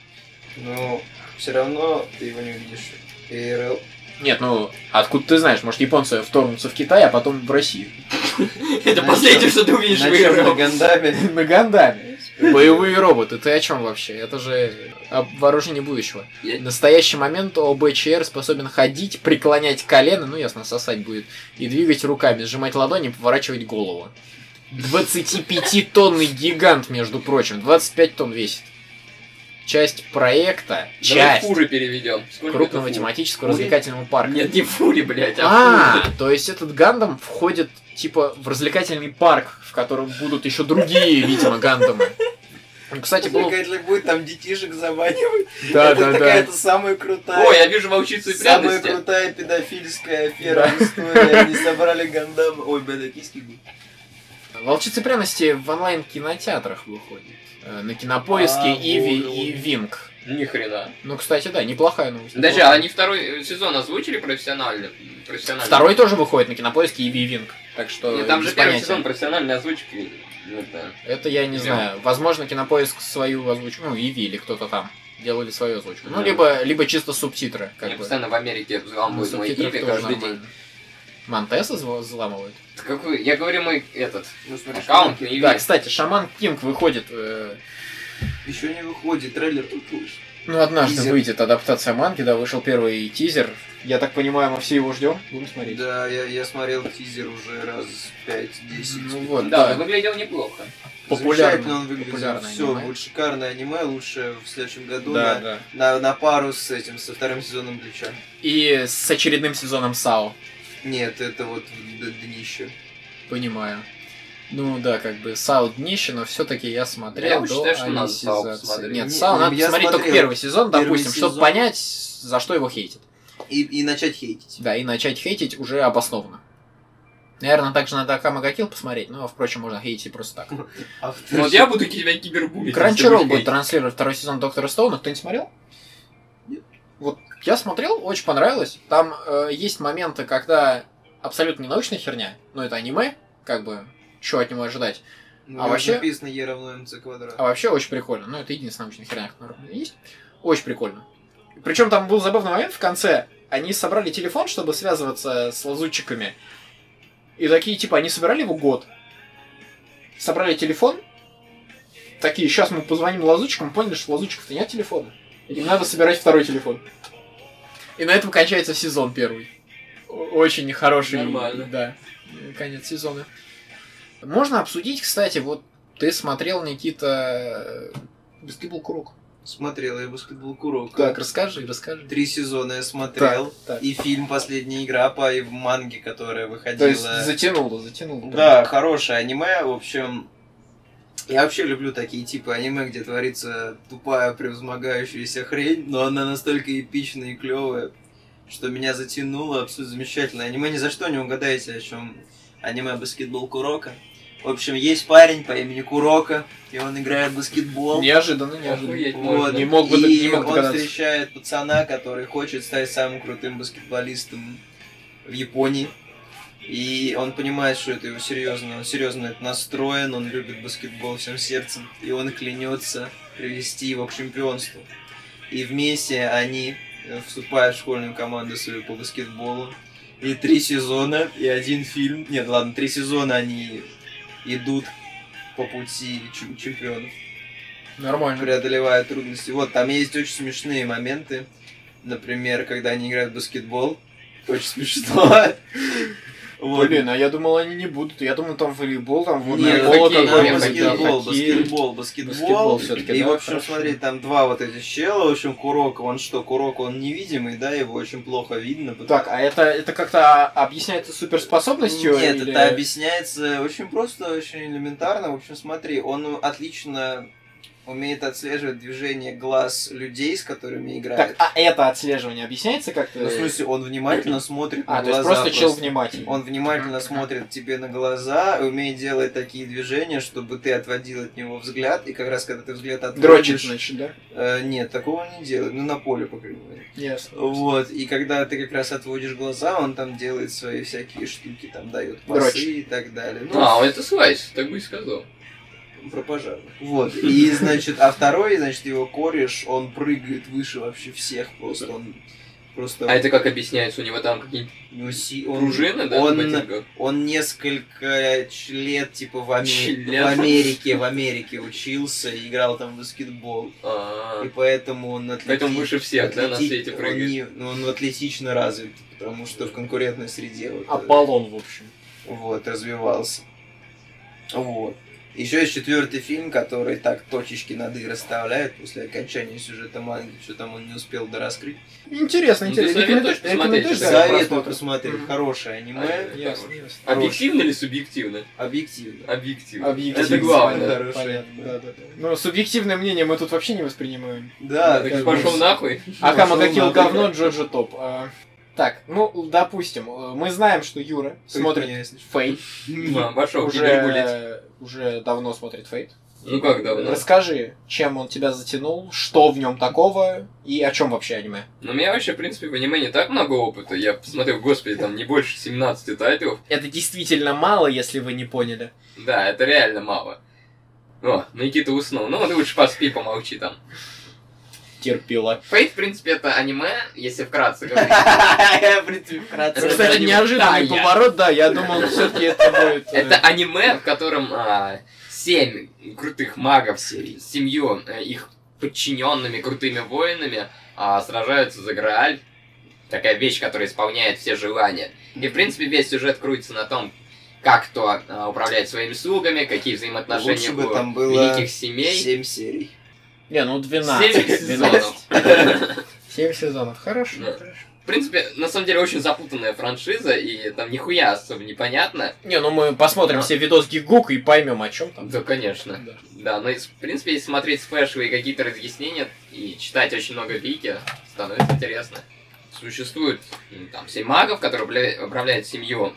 Но все равно ты его не увидишь. эй эр эл.
Нет, ну, откуда ты знаешь? Может, японцы вторгнутся в Китай, а потом в Россию.
Это
На
последнее,
чём-
что ты увидишь
На
в
чем, на
игре.
Гандаме?
На Гандаме. Боевые роботы. Ты о чем вообще? Это же о вооружении будущего.
Я-
В настоящий момент о бэ че эр способен ходить, преклонять колено, ну ясно, сосать будет, и двигать руками, сжимать ладони и поворачивать голову. двадцатипятитонный гигант, между прочим. двадцать пять тонн весит. Часть проекта,
Давай
часть
фуры переведем. Сколько
крупного
это фур?
тематического
Фури?
развлекательного парка.
Нет, не фури, блядь, а
А,
фуры.
то есть этот Гандам входит типа в развлекательный парк, в котором будут еще другие, видимо, Гандамы. Ну, Кстати, было...
Развлекательный будет, там детишек заманивать.
Да,
Это
да, да.
какая-то самая крутая.
Ой, я вижу волчицу и
Самая
пряности.
крутая педофильская афера в истории. Они собрали Гандам. Ой, блядь, киски будут.
Волчицы пряности в онлайн-кинотеатрах выходит. Э, На Кинопоиске,
А,
Иви
вот,
и
вот.
Винк.
Ни хрена.
Ну, кстати, да, неплохая новость.
Даже
неплохая.
они второй сезон озвучили профессионально. профессионально.
Второй тоже выходит на Кинопоиске, Иви и Винк. Так что
Нет, там
без
же первый
понятия.
сезон профессиональной озвучки. Ну, это-
Это я не
Прям.
знаю. Возможно, Кинопоиск свою озвучку, ну, Иви или кто-то там делали свою озвучку. Ну,
Да.
либо, либо чисто субтитры. Как
Мне
бы.
постоянно в Америке
Ну,
взламывают мой
субтитров
Иви
тоже
каждый день.
нормально. Мантеса взла- взламывают.
Какой? Я говорю мой этот
Ну, смотри,
аккаунт на Иви.
Да, кстати, Шаман Кинг выходит. э,
еще не выходит, трейлер тут слышишь.
Ну, однажды
Тизер.
выйдет адаптация манги, да, вышел первый тизер. Я так понимаю, мы все его ждем. Будем смотреть.
Да, я, я смотрел тизер уже раз пять-десять.
Ну вот,
Да,
да.
но выглядел неплохо.
Популярно.
Замечательно он выглядит.
Популярное
Все,
аниме.
будет шикарное аниме, лучше в следующем году
Да,
на,
да.
на, на пару с этим, со вторым сезоном Блича.
И с очередным сезоном САО.
Нет, это вот д- днище.
Понимаю. Ну да, как бы САО днище, но все-таки я смотрел
Я
до
считаю, что надо САО
анисизации.
посмотреть.
Нет,
Не,
САО
ну,
надо
я
смотреть только
смотрел
первый сезон,
первый
допустим, чтобы
сезон.
понять, за что его хейтят.
И, и начать хейтить.
Да, и начать хейтить уже обоснованно. Наверное, также надо Акама га Килл посмотреть, но, впрочем, можно хейтить просто так.
А в
Вот я буду тебя кибербулить.
Кранчеролл будет транслировать второй сезон Доктора Стоуна. Кто не смотрел?
Нет.
Вот я смотрел, очень понравилось. Там э, есть моменты, когда абсолютно не научная херня, но это аниме, как бы, что от него ожидать.
Ну,
А
там
вообще-
написано Е равно МЦ квадрат.
А вообще очень прикольно. Ну, это единственная научная херня, которая у меня есть. Очень прикольно. Причем там был забавный момент в конце. Они собрали телефон, чтобы связываться с лазутчиками. И такие, типа, они собирали его год. Собрали телефон. Такие, сейчас мы позвоним лазутчикам, поняли, что у лазутчиков-то нет телефона. Им надо собирать второй телефон. И на этом кончается сезон первый. О- Очень хороший.
Нормально.
Да. Конец сезона. Можно обсудить, кстати, вот ты смотрел, Никита, баскетбол Курок.
Смотрел я баскетбол Куроко.
Так, расскажи, расскажи.
Три сезона я смотрел.
Так, так.
И фильм «Последняя игра» по и в манге, которая выходила.
То есть затянуло, затянуло.
Да, хорошее аниме. В общем, я вообще люблю такие типы аниме, где творится тупая, превозмогающаяся хрень, но она настолько эпичная и клевая, что меня затянуло. Абсолютно замечательное аниме. Ни за что не угадаете, о чем аниме «Баскетбол Куроко». В общем, есть парень по имени Куроко, и он играет в баскетбол.
Неожиданно, неожиданно.
Охуеть
Вот.
можно.
Не мог бы
И
не мог
он
догадаться.
встречает пацана, который хочет стать самым крутым баскетболистом в Японии. И он понимает, что это его серьезно, он серьезно это настроен, он любит баскетбол всем сердцем. И он клянется привести его к чемпионству. И вместе они вступают в школьную команду свою по баскетболу. И три сезона, и один фильм. Нет, ладно, три сезона они идут по пути ч- чемпионов.
Нормально.
Преодолевая трудности. Вот, там есть очень смешные моменты. Например, когда они играют в баскетбол. Очень смешно. Вот.
Блин, а я думал, они не будут. Я думал, там волейбол, там
Нет,
водное поло,
хоккей,
какое-то,
нет,
баскетбол,
хоккей.
баскетбол, баскетбол,
Баскетбол всё-таки,
и,
да,
в общем,
хорошо.
смотри, там два вот этих чела, в общем, Куроко, он что, Куроко, он невидимый, да, его очень плохо видно. потому-
Так, а это, это как-то объясняется суперспособностью?
Нет,
или-
это объясняется очень просто, очень элементарно. В общем, смотри, он отлично умеет отслеживать движение глаз людей, с которыми играет.
Так, а это отслеживание объясняется как-то?
Ну, в смысле, он внимательно смотрит на
А, то
глаза.
есть просто чел внимательный.
Он внимательно смотрит тебе на глаза и умеет делать такие движения, чтобы ты отводил от него взгляд, и как раз когда ты взгляд
Дрочит,
отводишь...
значит, да?
э, нет, такого он не делает, ну на поле, по крайней мере.
Ясно.
Вот, и когда ты как раз отводишь глаза, он там делает свои всякие штуки, там дает пасы
Дрочит.
и так далее. Ну,
А, это Свайс, так бы и сказал.
про пожар. Вот, и, значит, а второй, значит, его кореш, он прыгает выше вообще всех просто, он просто...
А это как объясняется? У него там какие-нибудь
у него си- он-
пружины, да,
он-
на ботинках?
Он несколько лет, типа, в, Аме-
Член.
в Америке, в Америке учился и играл там в баскетбол.
А,
И поэтому он атлети-
Поэтому выше всех, да, на
атлети-
свете
он
прыгает.
не- ну, он атлетично развит, потому что в конкурентной среде вот, э,
Аполлон, в общем.
вот, развивался. Вот. Еще есть четвертый фильм, который так точечки над «и» расставляет после окончания сюжета манги, что там он не успел дораскрыть.
Интересно,
Ну, ты
интересно.
советуешь посмотреть,
Рекомендуешь,
что
да,
Советую
просмотр?
посмотреть,
Мгм.
хорошее аниме,
А,
Ясно, ясно.
Объективно или субъективно?
объективно.
Объективно.
Объективно.
Это главное.
Хорошее
Понятно,
аниме.
да, да, да. Но субъективное мнение мы тут вообще не воспринимаем.
Да,
Так
как
пошел
бы-
нахуй.
А
Пошёл
Камакакил
нахуй.
говно, Джоджо топ. А, Так, ну, допустим, э, мы знаем, что Юра смотрит
меня, если что.
Фейт.
А, Пошел, уже... гулять.
Уже, уже давно смотрит Фейт.
Ну как давно?
Расскажи, чем он тебя затянул, что в нем такого и о чем вообще аниме?
Ну, у меня вообще, в принципе, в аниме не так много опыта. Я посмотрел, господи, там не больше семнадцати тайтлов.
Это действительно мало, если вы не поняли.
Да, это реально мало. О, Никита уснул. Ну, ты лучше поспи, помолчи там.
Терпила.
Фейт, в принципе, это аниме, если вкратце говорить.
Я, в принципе, вкратце.
Это
Кстати,
аниме.
неожиданный
Да, я-
поворот, да, я думал, все-таки это будет... э,
Это аниме, в котором а, семь крутых магов с семью э, их подчиненными крутыми воинами а, сражаются за Грааль. Такая вещь, которая исполняет все желания. И, в принципе, весь сюжет крутится на том, как кто а, управляет своими слугами, какие взаимоотношения
Лучше бы
у
там было
великих семей.
Семь серий.
Не, ну двенадцать.
Семь сезонов.
Семь сезонов, хорошо.
Да. В принципе, на самом деле, очень запутанная франшиза, и там нихуя особо непонятно.
Не, ну мы посмотрим
Но-
все видос Гигук и поймем, о чем там.
Да, конечно.
Да.
Да, но, в принципе, если смотреть спешлы и какие-то разъяснения, и читать очень много вики, становится интересно. Существует м, там семь магов, которые управля- управляют семью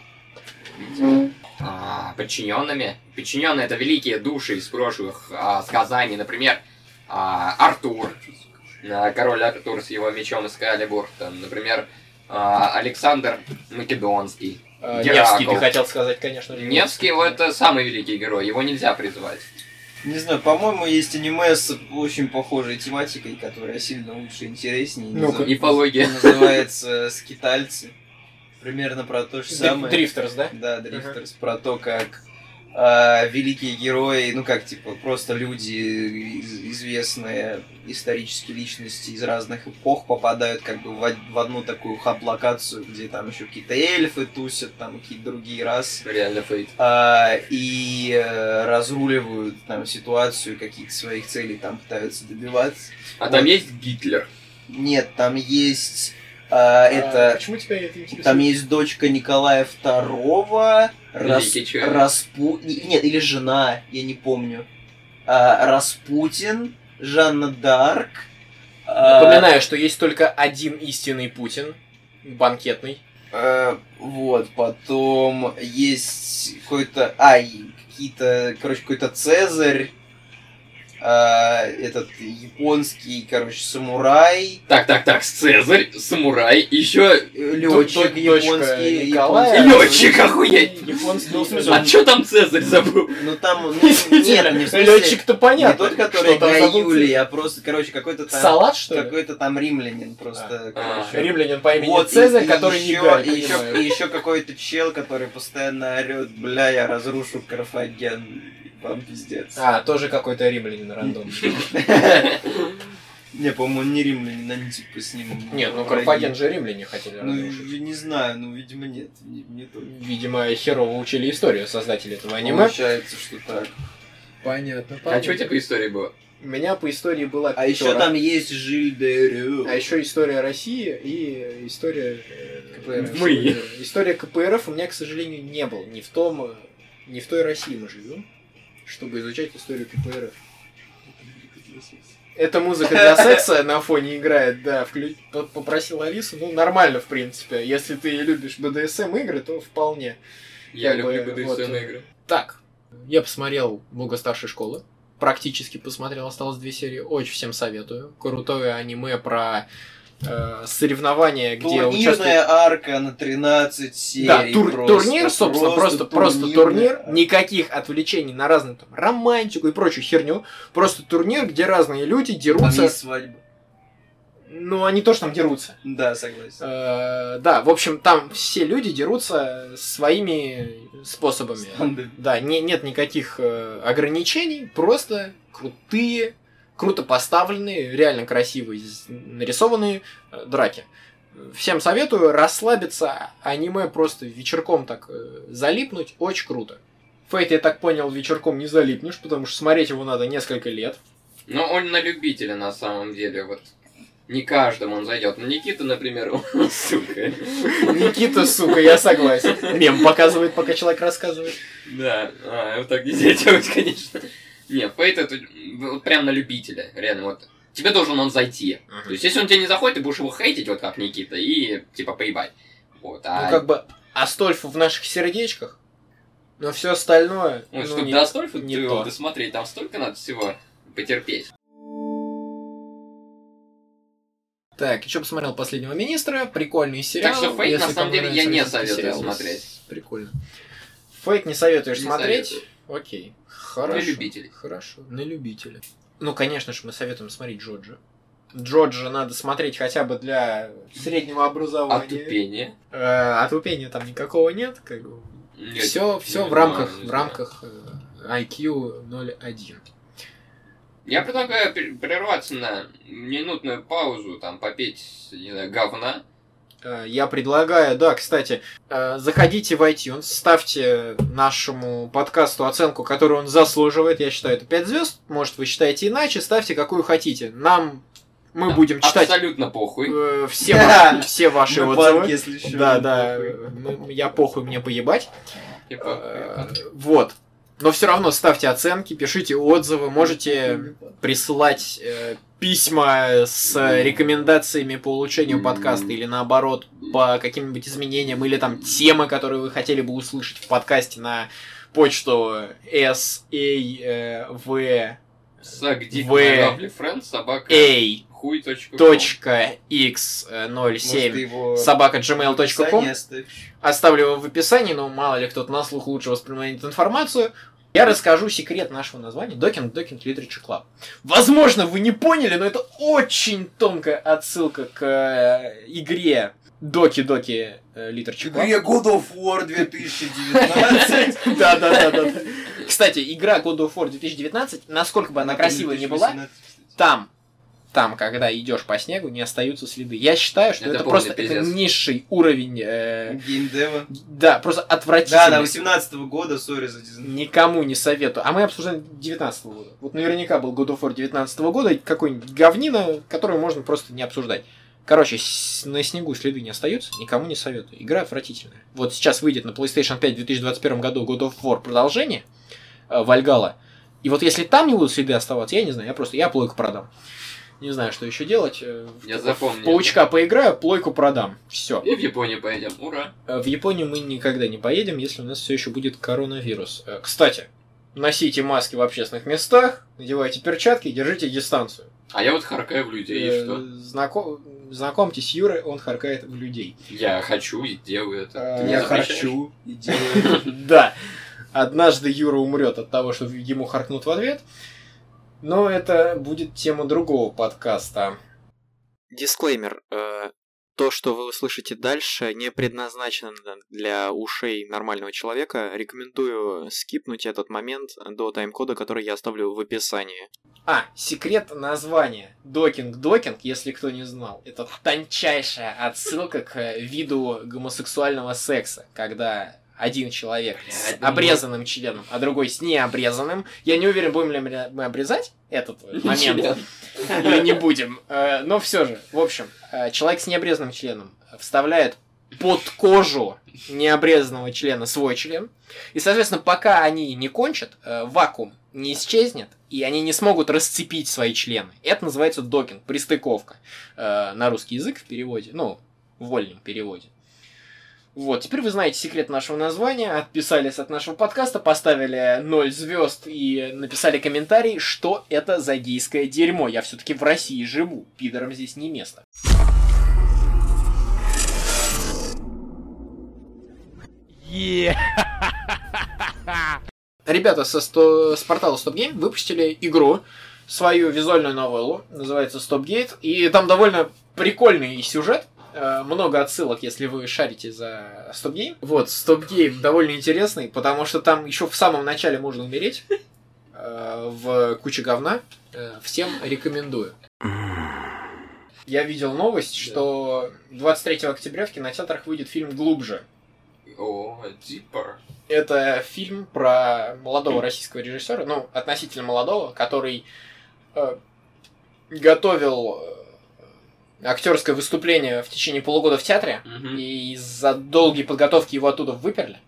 а, подчиненными. Подчиненные — это великие души из прошлых а, сказаний, например, а, Артур, а, король Артур с его мечом Экскалибур, там, например, а, Александр Македонский.
Э,
Геракл.
Невский, ты хотел сказать, конечно же.
Невский — это самый великий герой, его нельзя призывать.
Не знаю, по-моему, есть аниме с очень похожей тематикой, которая сильно лучше и интереснее.
Ну-ка.
Назыв-
Мифология.
Называется «Скитальцы». Примерно про то же
Дри-
самое.
Дрифтерс, да?
Да, Дрифтерс. Про то, как а, великие герои, ну как, типа, просто люди, из- известные исторические личности из разных эпох попадают как бы в, од- в одну такую хаб-локацию, где там еще какие-то эльфы тусят, там какие-то другие расы.
Реально фейт.
А, и э, разруливают там ситуацию, каких-то своих целей там пытаются добиваться.
А там
Вот.
есть Гитлер.
Нет, там есть а,
А,
это
Почему тебя это интересует?
там есть дочка Николая Второго, Рас...
Великий человек.
Распу... не- Нет, или жена, я не помню. А, Распутин, Жанна Дарк. а,
Напоминаю, что есть только один истинный Путин, банкетный.
Э, вот, потом есть какой-то... А, и какие-то, короче, какой-то Цезарь. А, этот японский, короче, самурай.
Так, так, так, Цезарь, самурай, еще
Летчик японский.
Николая.
летчик, охуеть!
Японский.
Ну, в смысле,
А чё там Цезарь забыл?
Ну там, ну, нет, не в смысле,
Летчик-то
не
понятно.
тот, который
что там забыл
Гаюли,
Цезарь.
а просто, короче, какой-то там...
Салат, что ли?
Какой-то там римлянин просто,
А,
короче.
Римлянин по имени
Вот,
Цезарь,
и- и
который не
еще,
Галь,
и еще,
понимаю.
и еще какой-то чел, который постоянно орет, бля, я разрушу Карфаген, вам пиздец.
А, тоже какой-то римлянин рандом.
Не, по-моему, он не римлянин, они типа с ним...
Нет, ну
враги.
Карфаген же римляне хотели
Ну,
разрушить.
не знаю, ну, видимо, нет. Не, не то.
Видимо, херово учили историю создатели этого аниме.
Получается, что так.
Понятно,
А
понятно.
что у тебя по истории было?
У меня по истории была
А еще
пятёра.
там есть Жиль де Рю.
А еще история России и история э,
КПРФ.
Мы.
История КПРФ у меня, к сожалению, не было. Не в том, э, не в той России мы живем, чтобы изучать историю КПРФ. Эта музыка для секса на фоне играет, да, вклю... п- попросил Алису, ну, нормально, в принципе. Если ты любишь бэ дэ эс эм игры, то вполне.
Я
Как бы,
люблю бэ дэ эс эм
вот,
игры.
Так, я посмотрел «Бога старшей школы». Практически посмотрел, осталось две серии. Очень всем советую. Крутое аниме про э, соревнования, где участвуют...
Турнирная арка на тринадцать серий.
Да, тур-
просто,
турнир, собственно, просто, просто,
турнирная
турнир.
арка.
Никаких отвлечений на разную там романтику и прочую херню. Просто турнир, где разные люди
Там
дерутся.
есть свадьба.
Ну, они тоже там дерутся.
Да, согласен.
Э, да, в общем, там все люди дерутся своими способами.
Стандами.
Да, не, нет никаких э, ограничений, просто крутые, круто поставленные, реально красивые, з- нарисованные э, драки. Всем советую расслабиться, аниме просто вечерком так э, залипнуть, очень круто. Фейт, я так понял, вечерком не залипнешь, потому что смотреть его надо несколько лет.
Но он на любителя на самом деле, вот. Не каждому он зайдет. Ну, Никита, например, он, сука.
Никита, сука, я согласен. Мем показывает, пока человек рассказывает.
Да, а, вот так нельзя делать, конечно. Не, Фейт это вот прям на любителя, реально, вот. Тебе должен он зайти.
Мгм.
То есть, если он тебе не заходит, ты будешь его хейтить, вот как Никита, и, типа, поебать. Вот, а...
Ну, как бы, Астольф в наших сердечках, но все остальное...
Ой,
ну,
чтобы
не-
до Астольфа
не
ты
то.
его досмотреть, там столько надо всего потерпеть.
Так, еще посмотрел «Последнего министра», прикольный сериал.
Так что «Фейт»
если
на самом
кому
деле я
нравятся
не
российские
советую
сериалы.
смотреть.
Прикольно. «Фейт» не советуешь
Не
смотреть?
советую.
Окей. Хорошо.
На любителей.
Хорошо, на любителя. Ну, конечно же, мы советуем смотреть Джоджо. Джоджо надо смотреть хотя бы для среднего образования.
Отупение.
Э, Отупения там никакого нет. Как бы.
Нет,
Все, все
не
в рамках,
знаю, не
в
знаю.
рамках э, ай кью ноль один.
Я предлагаю пер- прерваться на минутную паузу, там, попеть, не знаю, говна.
Э, Я предлагаю, да, кстати, э, заходите в iTunes, ставьте нашему подкасту оценку, которую он заслуживает. Я считаю, это пять звезд. Может, вы считаете иначе, ставьте какую хотите. Нам мы будем читать
Абсолютно похуй.
э, все, ва- все ваши
На
отзывы.
банке, если ещё
Да,
не
да.
похуй.
мы- Я похуй, мне поебать.
Типа,
Э, Вот. Но все равно ставьте оценки, пишите отзывы, можете присылать э, письма с рекомендациями по улучшению подкаста или наоборот по каким-нибудь изменениям или там темы, которые вы хотели бы услышать в подкасте на почту эс эй ви
Сагдик
В.
Lovely Friends, собака,
эй
хуй точка ком.
точка икс ноль
Может,
семь
ты его
собака джимейл точка ком.
описание оставишь?
Оставлю его в описании, но мало ли кто-то на слух лучше воспринимает эту информацию. Я расскажу секрет нашего названия Docking Docking Literature Club. Возможно, вы не поняли, но это очень тонкая отсылка к э, игре Доки Доки Literature Club.
Игре God of War две тысячи девятнадцать.
Да, да, да, да. Кстати, игра God of War две тысячи девятнадцать, насколько бы она красивая не была, там, там, когда идешь по снегу, не остаются следы. Я считаю, что
Это
это,
полный
просто это
пиздец.
низший уровень. э,
Геймдева.
да, просто
Да,
отвратительный.
на восемнадцатого года, сори за дизайн.
Никому не советую. А мы обсуждаем девятнадцатого года. Вот наверняка был God of War девятнадцатого года, какой-нибудь говнина, которую можно просто не обсуждать. Короче, с- на снегу следы не остаются, никому не советую. Игра отвратительная. Вот сейчас выйдет на PlayStation пять в две тысячи двадцать первом году God of War продолжение, э, Вальгалла. И вот если там не будут следы оставаться, я не знаю, я просто, я плойку продам. Не знаю, что еще делать.
Я
в,
запомнил.
В паучка поиграю, плойку продам. Все.
И в Японию поедем. Ура!
В Японию мы никогда не поедем, если у нас все еще будет коронавирус. Кстати, носите маски в общественных местах, надевайте перчатки, держите дистанцию.
А я вот харкаю в людей, и что?
Знаком... Знакомьтесь с Юрой, он харкает в людей.
Я хочу и делаю это.
Я хочу и делаю. Да. Однажды Юра умрет от того, что ему харкнут в ответ. Но это будет тема другого подкаста. Дисклеймер. То, что вы услышите дальше, не предназначено для ушей нормального человека. Рекомендую скипнуть этот момент до тайм-кода, который я оставлю в описании. А, секрет названия. Докинг-докинг, если кто не знал, это тончайшая отсылка к виду гомосексуального секса, когда один человек с обрезанным членом, а другой с необрезанным. Я не уверен, будем ли мы обрезать этот момент или не будем. Но все же, в общем, человек с необрезанным членом вставляет под кожу необрезанного члена свой член. И, соответственно, пока они не кончат, вакуум не исчезнет, и они не смогут расцепить свои члены. Это называется докинг, пристыковка. На русский язык в переводе, ну, в вольном переводе. Вот, теперь вы знаете секрет нашего названия, отписались от нашего подкаста, поставили ноль звезд и написали комментарий, что это за гейское дерьмо. Я все-таки в России живу, пидорам здесь не место. Yeah. Ребята со сто... с портала StopGame выпустили игру, свою визуальную новеллу, называется StopGate, и там довольно прикольный сюжет. Много отсылок, если вы шарите за StopGame. Вот, StopGame довольно интересный, потому что там еще в самом начале можно умереть в куче говна. Всем рекомендую. Я видел новость, что двадцать третьего октября в кинотеатрах выйдет фильм «Глубже».
О, Deeper.
Это фильм про молодого российского режиссера, ну, относительно молодого, который э, готовил актерское выступление в течение полугода в театре,
mm-hmm.
и из-за долгой подготовки его оттуда выперли.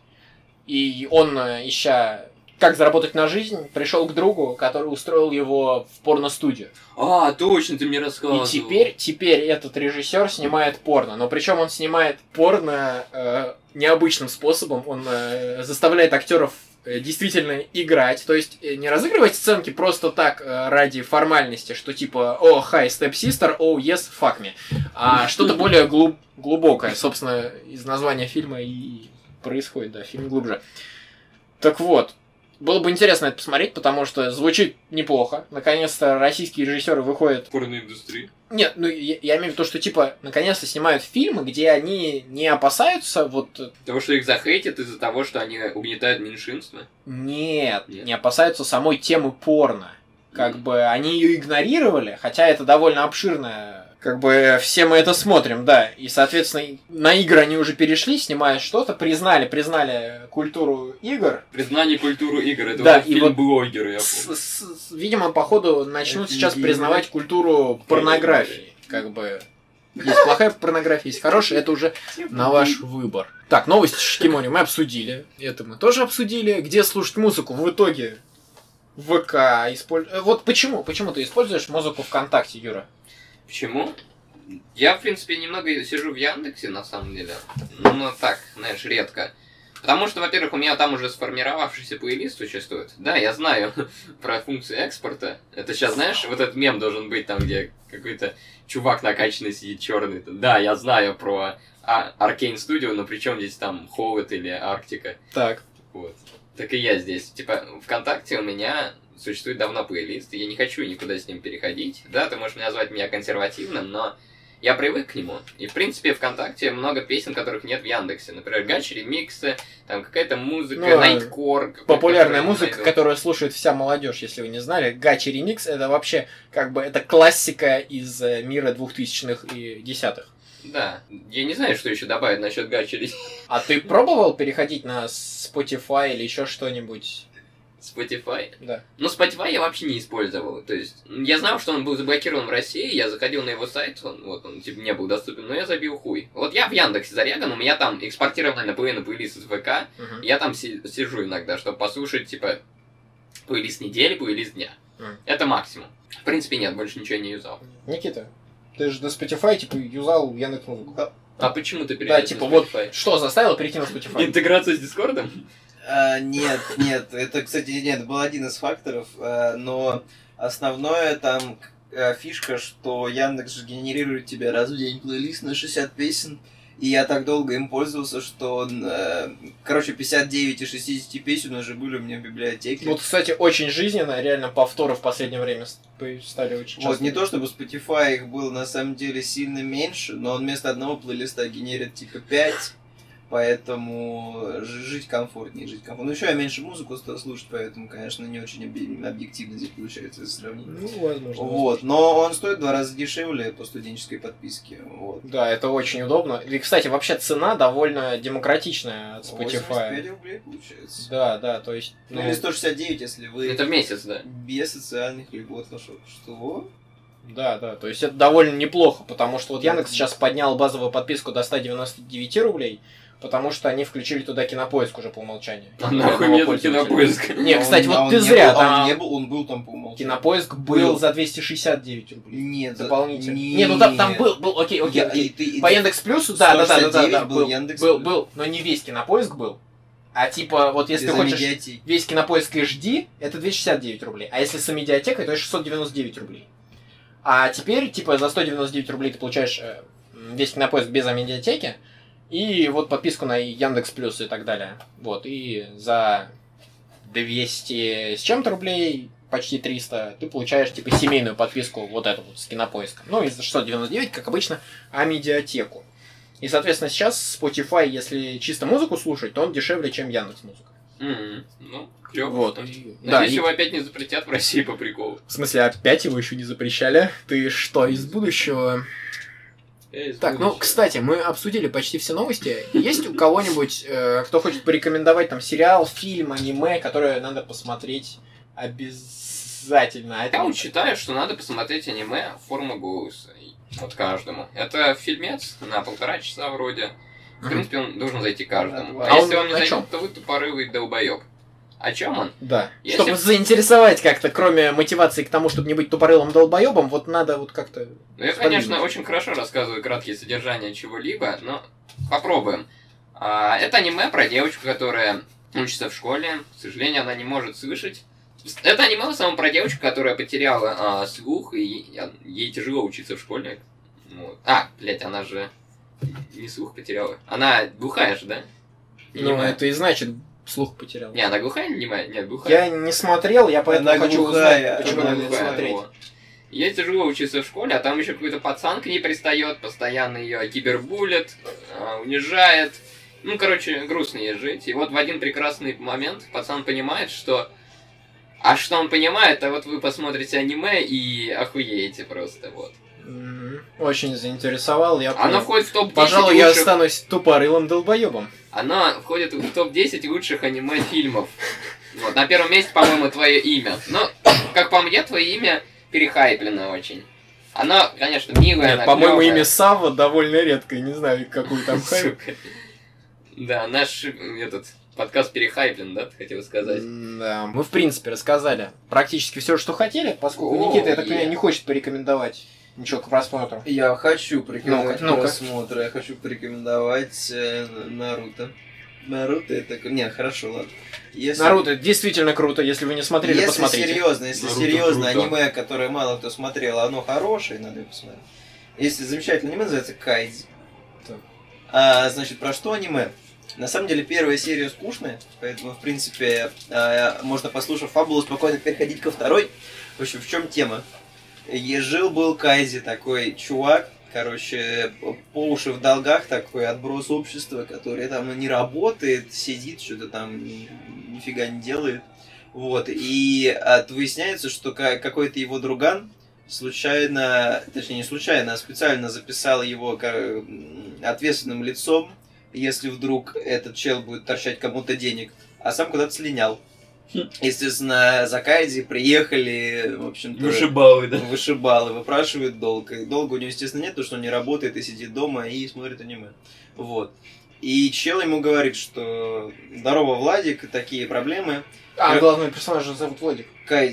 И он, ища как заработать на жизнь, пришел к другу, который устроил его в порно-студию.
А, точно, ты мне рассказывал.
И теперь, теперь этот режиссер снимает порно. Но причем он снимает порно э, необычным способом. Он э, заставляет актеров э, действительно играть. То есть э, не разыгрывать сценки просто так э, ради формальности, что типа «О, hi, stepsister, oh, yes, fuck me». А что-то более глуб- глубокое. Собственно, из названия фильма и происходит, да, фильм «Глубже». Так вот. Было бы интересно это посмотреть, потому что звучит неплохо. Наконец-то российские режиссеры выходят...
Порноиндустрии?
Нет, ну я, я имею в виду, что типа наконец-то снимают фильмы, где они не опасаются вот...
Того, что их захейтят из-за того, что они угнетают меньшинство?
Нет,
Нет.
не опасаются самой темы порно. Как mm. бы они ее игнорировали, хотя это довольно обширная... Как бы все мы это смотрим, да. И, соответственно, на игры они уже перешли, снимая что-то, признали, признали культуру игр.
Признание культуру игр, это
да,
вот фильм
вот
блогеры, я
с,
помню.
С, с, видимо, походу, начнут
это
сейчас
не
признавать не культуру порнографии. Как бы, есть плохая порнография, есть хорошая, это уже на ваш выбор. Так, новости Шкимони мы обсудили, это мы тоже обсудили. Где слушать музыку? В итоге ВК использует... Вот почему? Почему ты используешь музыку ВКонтакте, Юра?
Почему? Я, в принципе, немного сижу в Яндексе, на самом деле. Ну, так, знаешь, редко. Потому что, во-первых, у меня там уже сформировавшийся плейлист существует. Да, я знаю про функцию экспорта. Это сейчас, знаешь, вот этот мем должен быть там, где какой-то чувак накачанный сидит черный. Да, я знаю про Arcane Studio, но при чем здесь там Холод или Арктика.
Так.
Вот. Так и я здесь. Типа, ВКонтакте у меня... Существует давно плейлист, и я не хочу никуда с ним переходить. Да, ты можешь назвать меня консервативным, но я привык к нему. И, в принципе, ВКонтакте много песен, которых нет в Яндексе. Например, гачи, ремиксы, там какая-то музыка, ну, найткор.
Популярная музыка, найду. Которую слушает вся молодежь, если вы не знали. Гачи ремикс — это вообще, как бы, это классика из мира двухтысячных и десятых.
Да, я не знаю, что еще добавить насчет гачи ремикс.
А ты пробовал переходить на Spotify или еще что-нибудь?
Spotify?
Да.
Ну, Spotify я вообще не использовал. То есть, я знал, что он был заблокирован в России, я заходил на его сайт, он, вот, он, типа, не был доступен, но я забил хуй. Вот я в Яндексе заряган, у меня там экспортированный наполовину плейлист из ВК, uh-huh. я там си- сижу иногда, чтобы послушать, типа, плейлист недели, плейлист дня. Uh-huh. Это максимум. В принципе, нет, больше ничего не юзал.
Никита, ты же на Spotify, типа, юзал Яндекс.Музыку.
Да.
А почему ты перейдешь
Да, типа,
на
вот
Spotify?
что заставило перейти на Spotify?
Интеграция с Дискордом?
А, нет, нет, это, кстати, нет, был один из факторов, а, но основное там а, фишка, что Яндекс же генерирует тебе раз в день плейлист на шестьдесят песен, и я так долго им пользовался, что, а, короче, пятьдесят девять из шестидесяти песен уже были у меня в библиотеке.
Вот, кстати, очень жизненно, реально повторы в последнее время стали очень часто.
Вот, не то чтобы Spotify их было на самом деле сильно меньше, но он вместо одного плейлиста генерит типа пять, поэтому жить комфортнее, жить комфортнее. Ну, еще я меньше музыку стал слушать, поэтому, конечно, не очень оби- объективно здесь получается сравнить.
Ну, возможно.
Вот, но он стоит в два раза дешевле по студенческой подписке. Вот.
Да, это очень удобно. И, кстати, вообще цена довольно демократичная от
восемьдесят
Spotify.
пять рублей получается.
Да, да, то есть...
Ну, или сто шестьдесят девять, если вы
Это в месяц, да.
без социальных льгот. Ну, что? Что?
Да, да, то есть это довольно неплохо, потому что вот Яндекс сейчас поднял базовую подписку до ста девяноста девяти рублей, потому что они включили туда Кинопоиск уже по умолчанию.
А нахуй мне тут Кинопоиск?
Не, кстати,
А
вот
он
ты
не
зря,
был- а
там
он не был, он был там по умолчанию.
Кинопоиск был,
Был.
за двести шестьдесят девять рублей.
Нет, за-
Дополнительно.
не-
Не, ну там, там был, был, окей, окей,
Я-
окей.
и ты- и
По
ты-
Яндекс Плюсу, да, да, да, да, да, да,
сто шестьдесят девять
был,
был Яндекс
был,
Плюс.
был, но не весь Кинопоиск был. А типа, вот если
Из-за
хочешь
медиатеки.
весь Кинопоиск эйч ди, это двести шестьдесят девять рублей. А если с медиатекой, то это шестьсот девяносто девять рублей. А теперь, типа, за сто девяносто девять рублей ты получаешь э, весь Кинопоиск без медиатеки, и вот подписку на Яндекс Плюс и так далее. Вот, и за двести с чем-то рублей, почти триста, ты получаешь, типа, семейную подписку, вот эту вот, с Кинопоиском. Ну, и за шестьсот девяносто девять, как обычно, а медиатеку. И, соответственно, сейчас Spotify, если чисто музыку слушать, то он дешевле, чем Яндекс.Музыка.
М, Ну, клёво.
Вот.
Надеюсь,
Да, и-
его опять не запретят в России по приколу.
В смысле, опять его еще не запрещали? Ты что, из будущего?
Эй,
Так, ну,
будущего.
кстати, мы обсудили почти все новости. Есть у кого-нибудь, э, кто хочет порекомендовать там сериал, фильм, аниме, которое надо посмотреть обязательно?
Я вот считаю, что надо посмотреть аниме «Форма голоса». Вот каждому. Это фильмец на полтора часа вроде. В принципе, он должен зайти каждому.
А
А,
он
если он не
о
зайдет,
чём?
то вы тупорылый долбоёб. О чем он?
Да.
Если-
Чтобы заинтересовать как-то, кроме мотивации к тому, чтобы не быть тупорылым долбоебом, вот надо вот как-то...
Ну, я,
Сподвигнуть.
конечно, очень хорошо рассказываю краткие содержания чего-либо, но попробуем. А, это аниме про девочку, которая учится в школе. К сожалению, она не может слышать. Это аниме в основном про девочку, которая потеряла а, слух, и ей, ей тяжело учиться в школе. Вот. А, блядь, она же не слух потеряла. Она глухая же, да?
Ну,
Немая.
это и значит, слух потерял.
Не, она глухая или немая? Нет, глухая.
Я не смотрел, я поэтому
Она
хочу
глухая,
узнать, почему
она
надо
глухая,
смотреть.
Вот. Ей тяжело учиться в школе, а там еще какой-то пацан к ней пристает, постоянно ее кибербулит, а, унижает. Ну, короче, грустно ей жить. И вот в один прекрасный момент пацан понимает, что... А что он понимает, а вот вы посмотрите аниме и охуеете просто, вот.
Мгм. Очень заинтересовал, я
Она
понял.
входит в топ десять
Пожалуй, я
лучших...
останусь тупорылым долбоебом.
Она входит в топ десять лучших аниме-фильмов. Вот, на первом месте, по-моему, твое имя. Но, как по мне, твое имя перехайплено очень. Оно, конечно, милое,
Нет,
оно
по-моему,
клёвое.
имя Савва довольно редкое, не знаю, какой там хайп.
Сука. Да, наш этот подкаст перехайплен, да, ты хотел сказать?
Да, мы в принципе рассказали практически все, что хотели, поскольку
О,
Никита, я так
е.
понимаю, не хочет порекомендовать ничего к просмотру.
Я хочу порекомендовать
Ну-ка, ну-ка.
просмотр, я хочу порекомендовать э, Наруто. Наруто это... Не, хорошо, ладно. Если...
Наруто действительно круто, если вы не смотрели,
если
посмотрите.
серьезно, если
Наруто
серьезно,
круто.
аниме, которое мало кто смотрел, оно хорошее, надо его посмотреть. Если замечательное аниме, называется Кайдзи.
Так.
А, значит, про что аниме? На самом деле первая серия скучная, поэтому, в принципе, а, можно, послушав фабулу, спокойно переходить ко второй. В общем, в чем тема? И жил-был Кайдзи, такой чувак, короче, по уши в долгах, такой отброс общества, который там не работает, сидит, что-то там нифига не делает. Вот, и а, выясняется, что ка- какой-то его друган случайно, точнее не случайно, а специально записал его ка- м, ответственным лицом, если вдруг этот чел будет торчать кому-то денег, а сам куда-то слинял. Естественно, за Кайдзи приехали, в общем-то...
Вышибалы, да?
Вышибалы, выпрашивают долг. И долга у него, естественно, нет, потому что он не работает и сидит дома и смотрит аниме. Вот. И чел ему говорит, что здорово, Владик, такие проблемы.
А,
Как-
главного персонажа зовут Владик.
Кайдзи.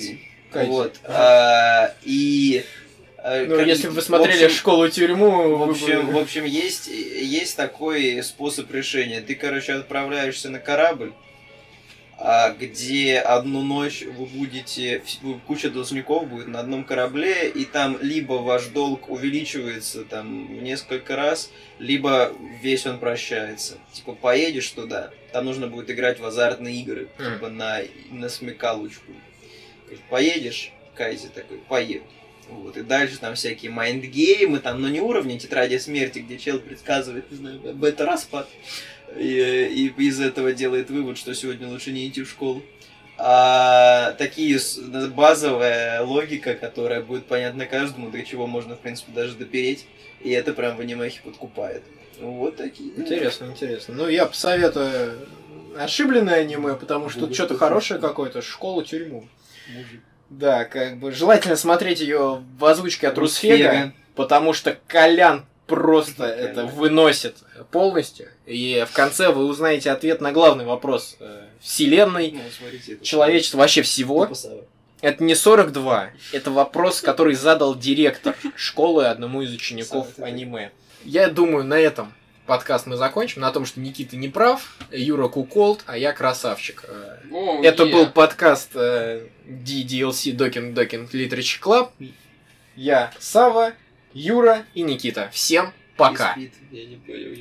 Кайти.
Вот. А, и... а,
Ну,
как-
если бы вы смотрели
в общем,
«Школу-тюрьму»,
В
вы
общем,
бы-
в общем есть, есть такой способ решения. Ты, короче, отправляешься на корабль, а, где одну ночь вы будете, вс- куча должников будет на одном корабле, и там либо ваш долг увеличивается там в несколько раз, либо весь он прощается. Типа, поедешь туда, там нужно будет играть в азартные игры,
Мгм.
типа на, на смекалочку. Поедешь, Кайзи такой, поеду. Вот, и дальше там всякие майндгеймы, там, но не уровни тетради смерти, где чел предсказывает, не знаю, бета-распад, и, и из этого делает вывод, что сегодня лучше не идти в школу. А такие с- базовая логика, которая будет понятна каждому, до чего можно, в принципе, даже допереть, и это прям в анимехе подкупает. Вот такие.
Интересно, интересно. Ну, я посоветую ошибленное аниме, потому что тут что-то хорошее какое-то, «Школу-тюрьму». Да, как бы желательно смотреть ее в озвучке от Русфега, потому что Колян просто это выносит полностью. И в конце вы узнаете ответ на главный вопрос э, Вселенной,
Ну, смотрите, это
человечества, вообще всего.
типа Сава.
Это не сорок два, это вопрос, который задал директор школы одному из учеников
Сам это
аниме. Я думаю, на этом подкаст мы закончим, на том, что Никита не прав, Юра куколд, а я красавчик. Э,
Оу,
Это
е.
был подкаст э, ди ди эл си Docking Docking Literature Club. Я Сава, Юра и Никита. Всем пока.
Не спит, я не понял.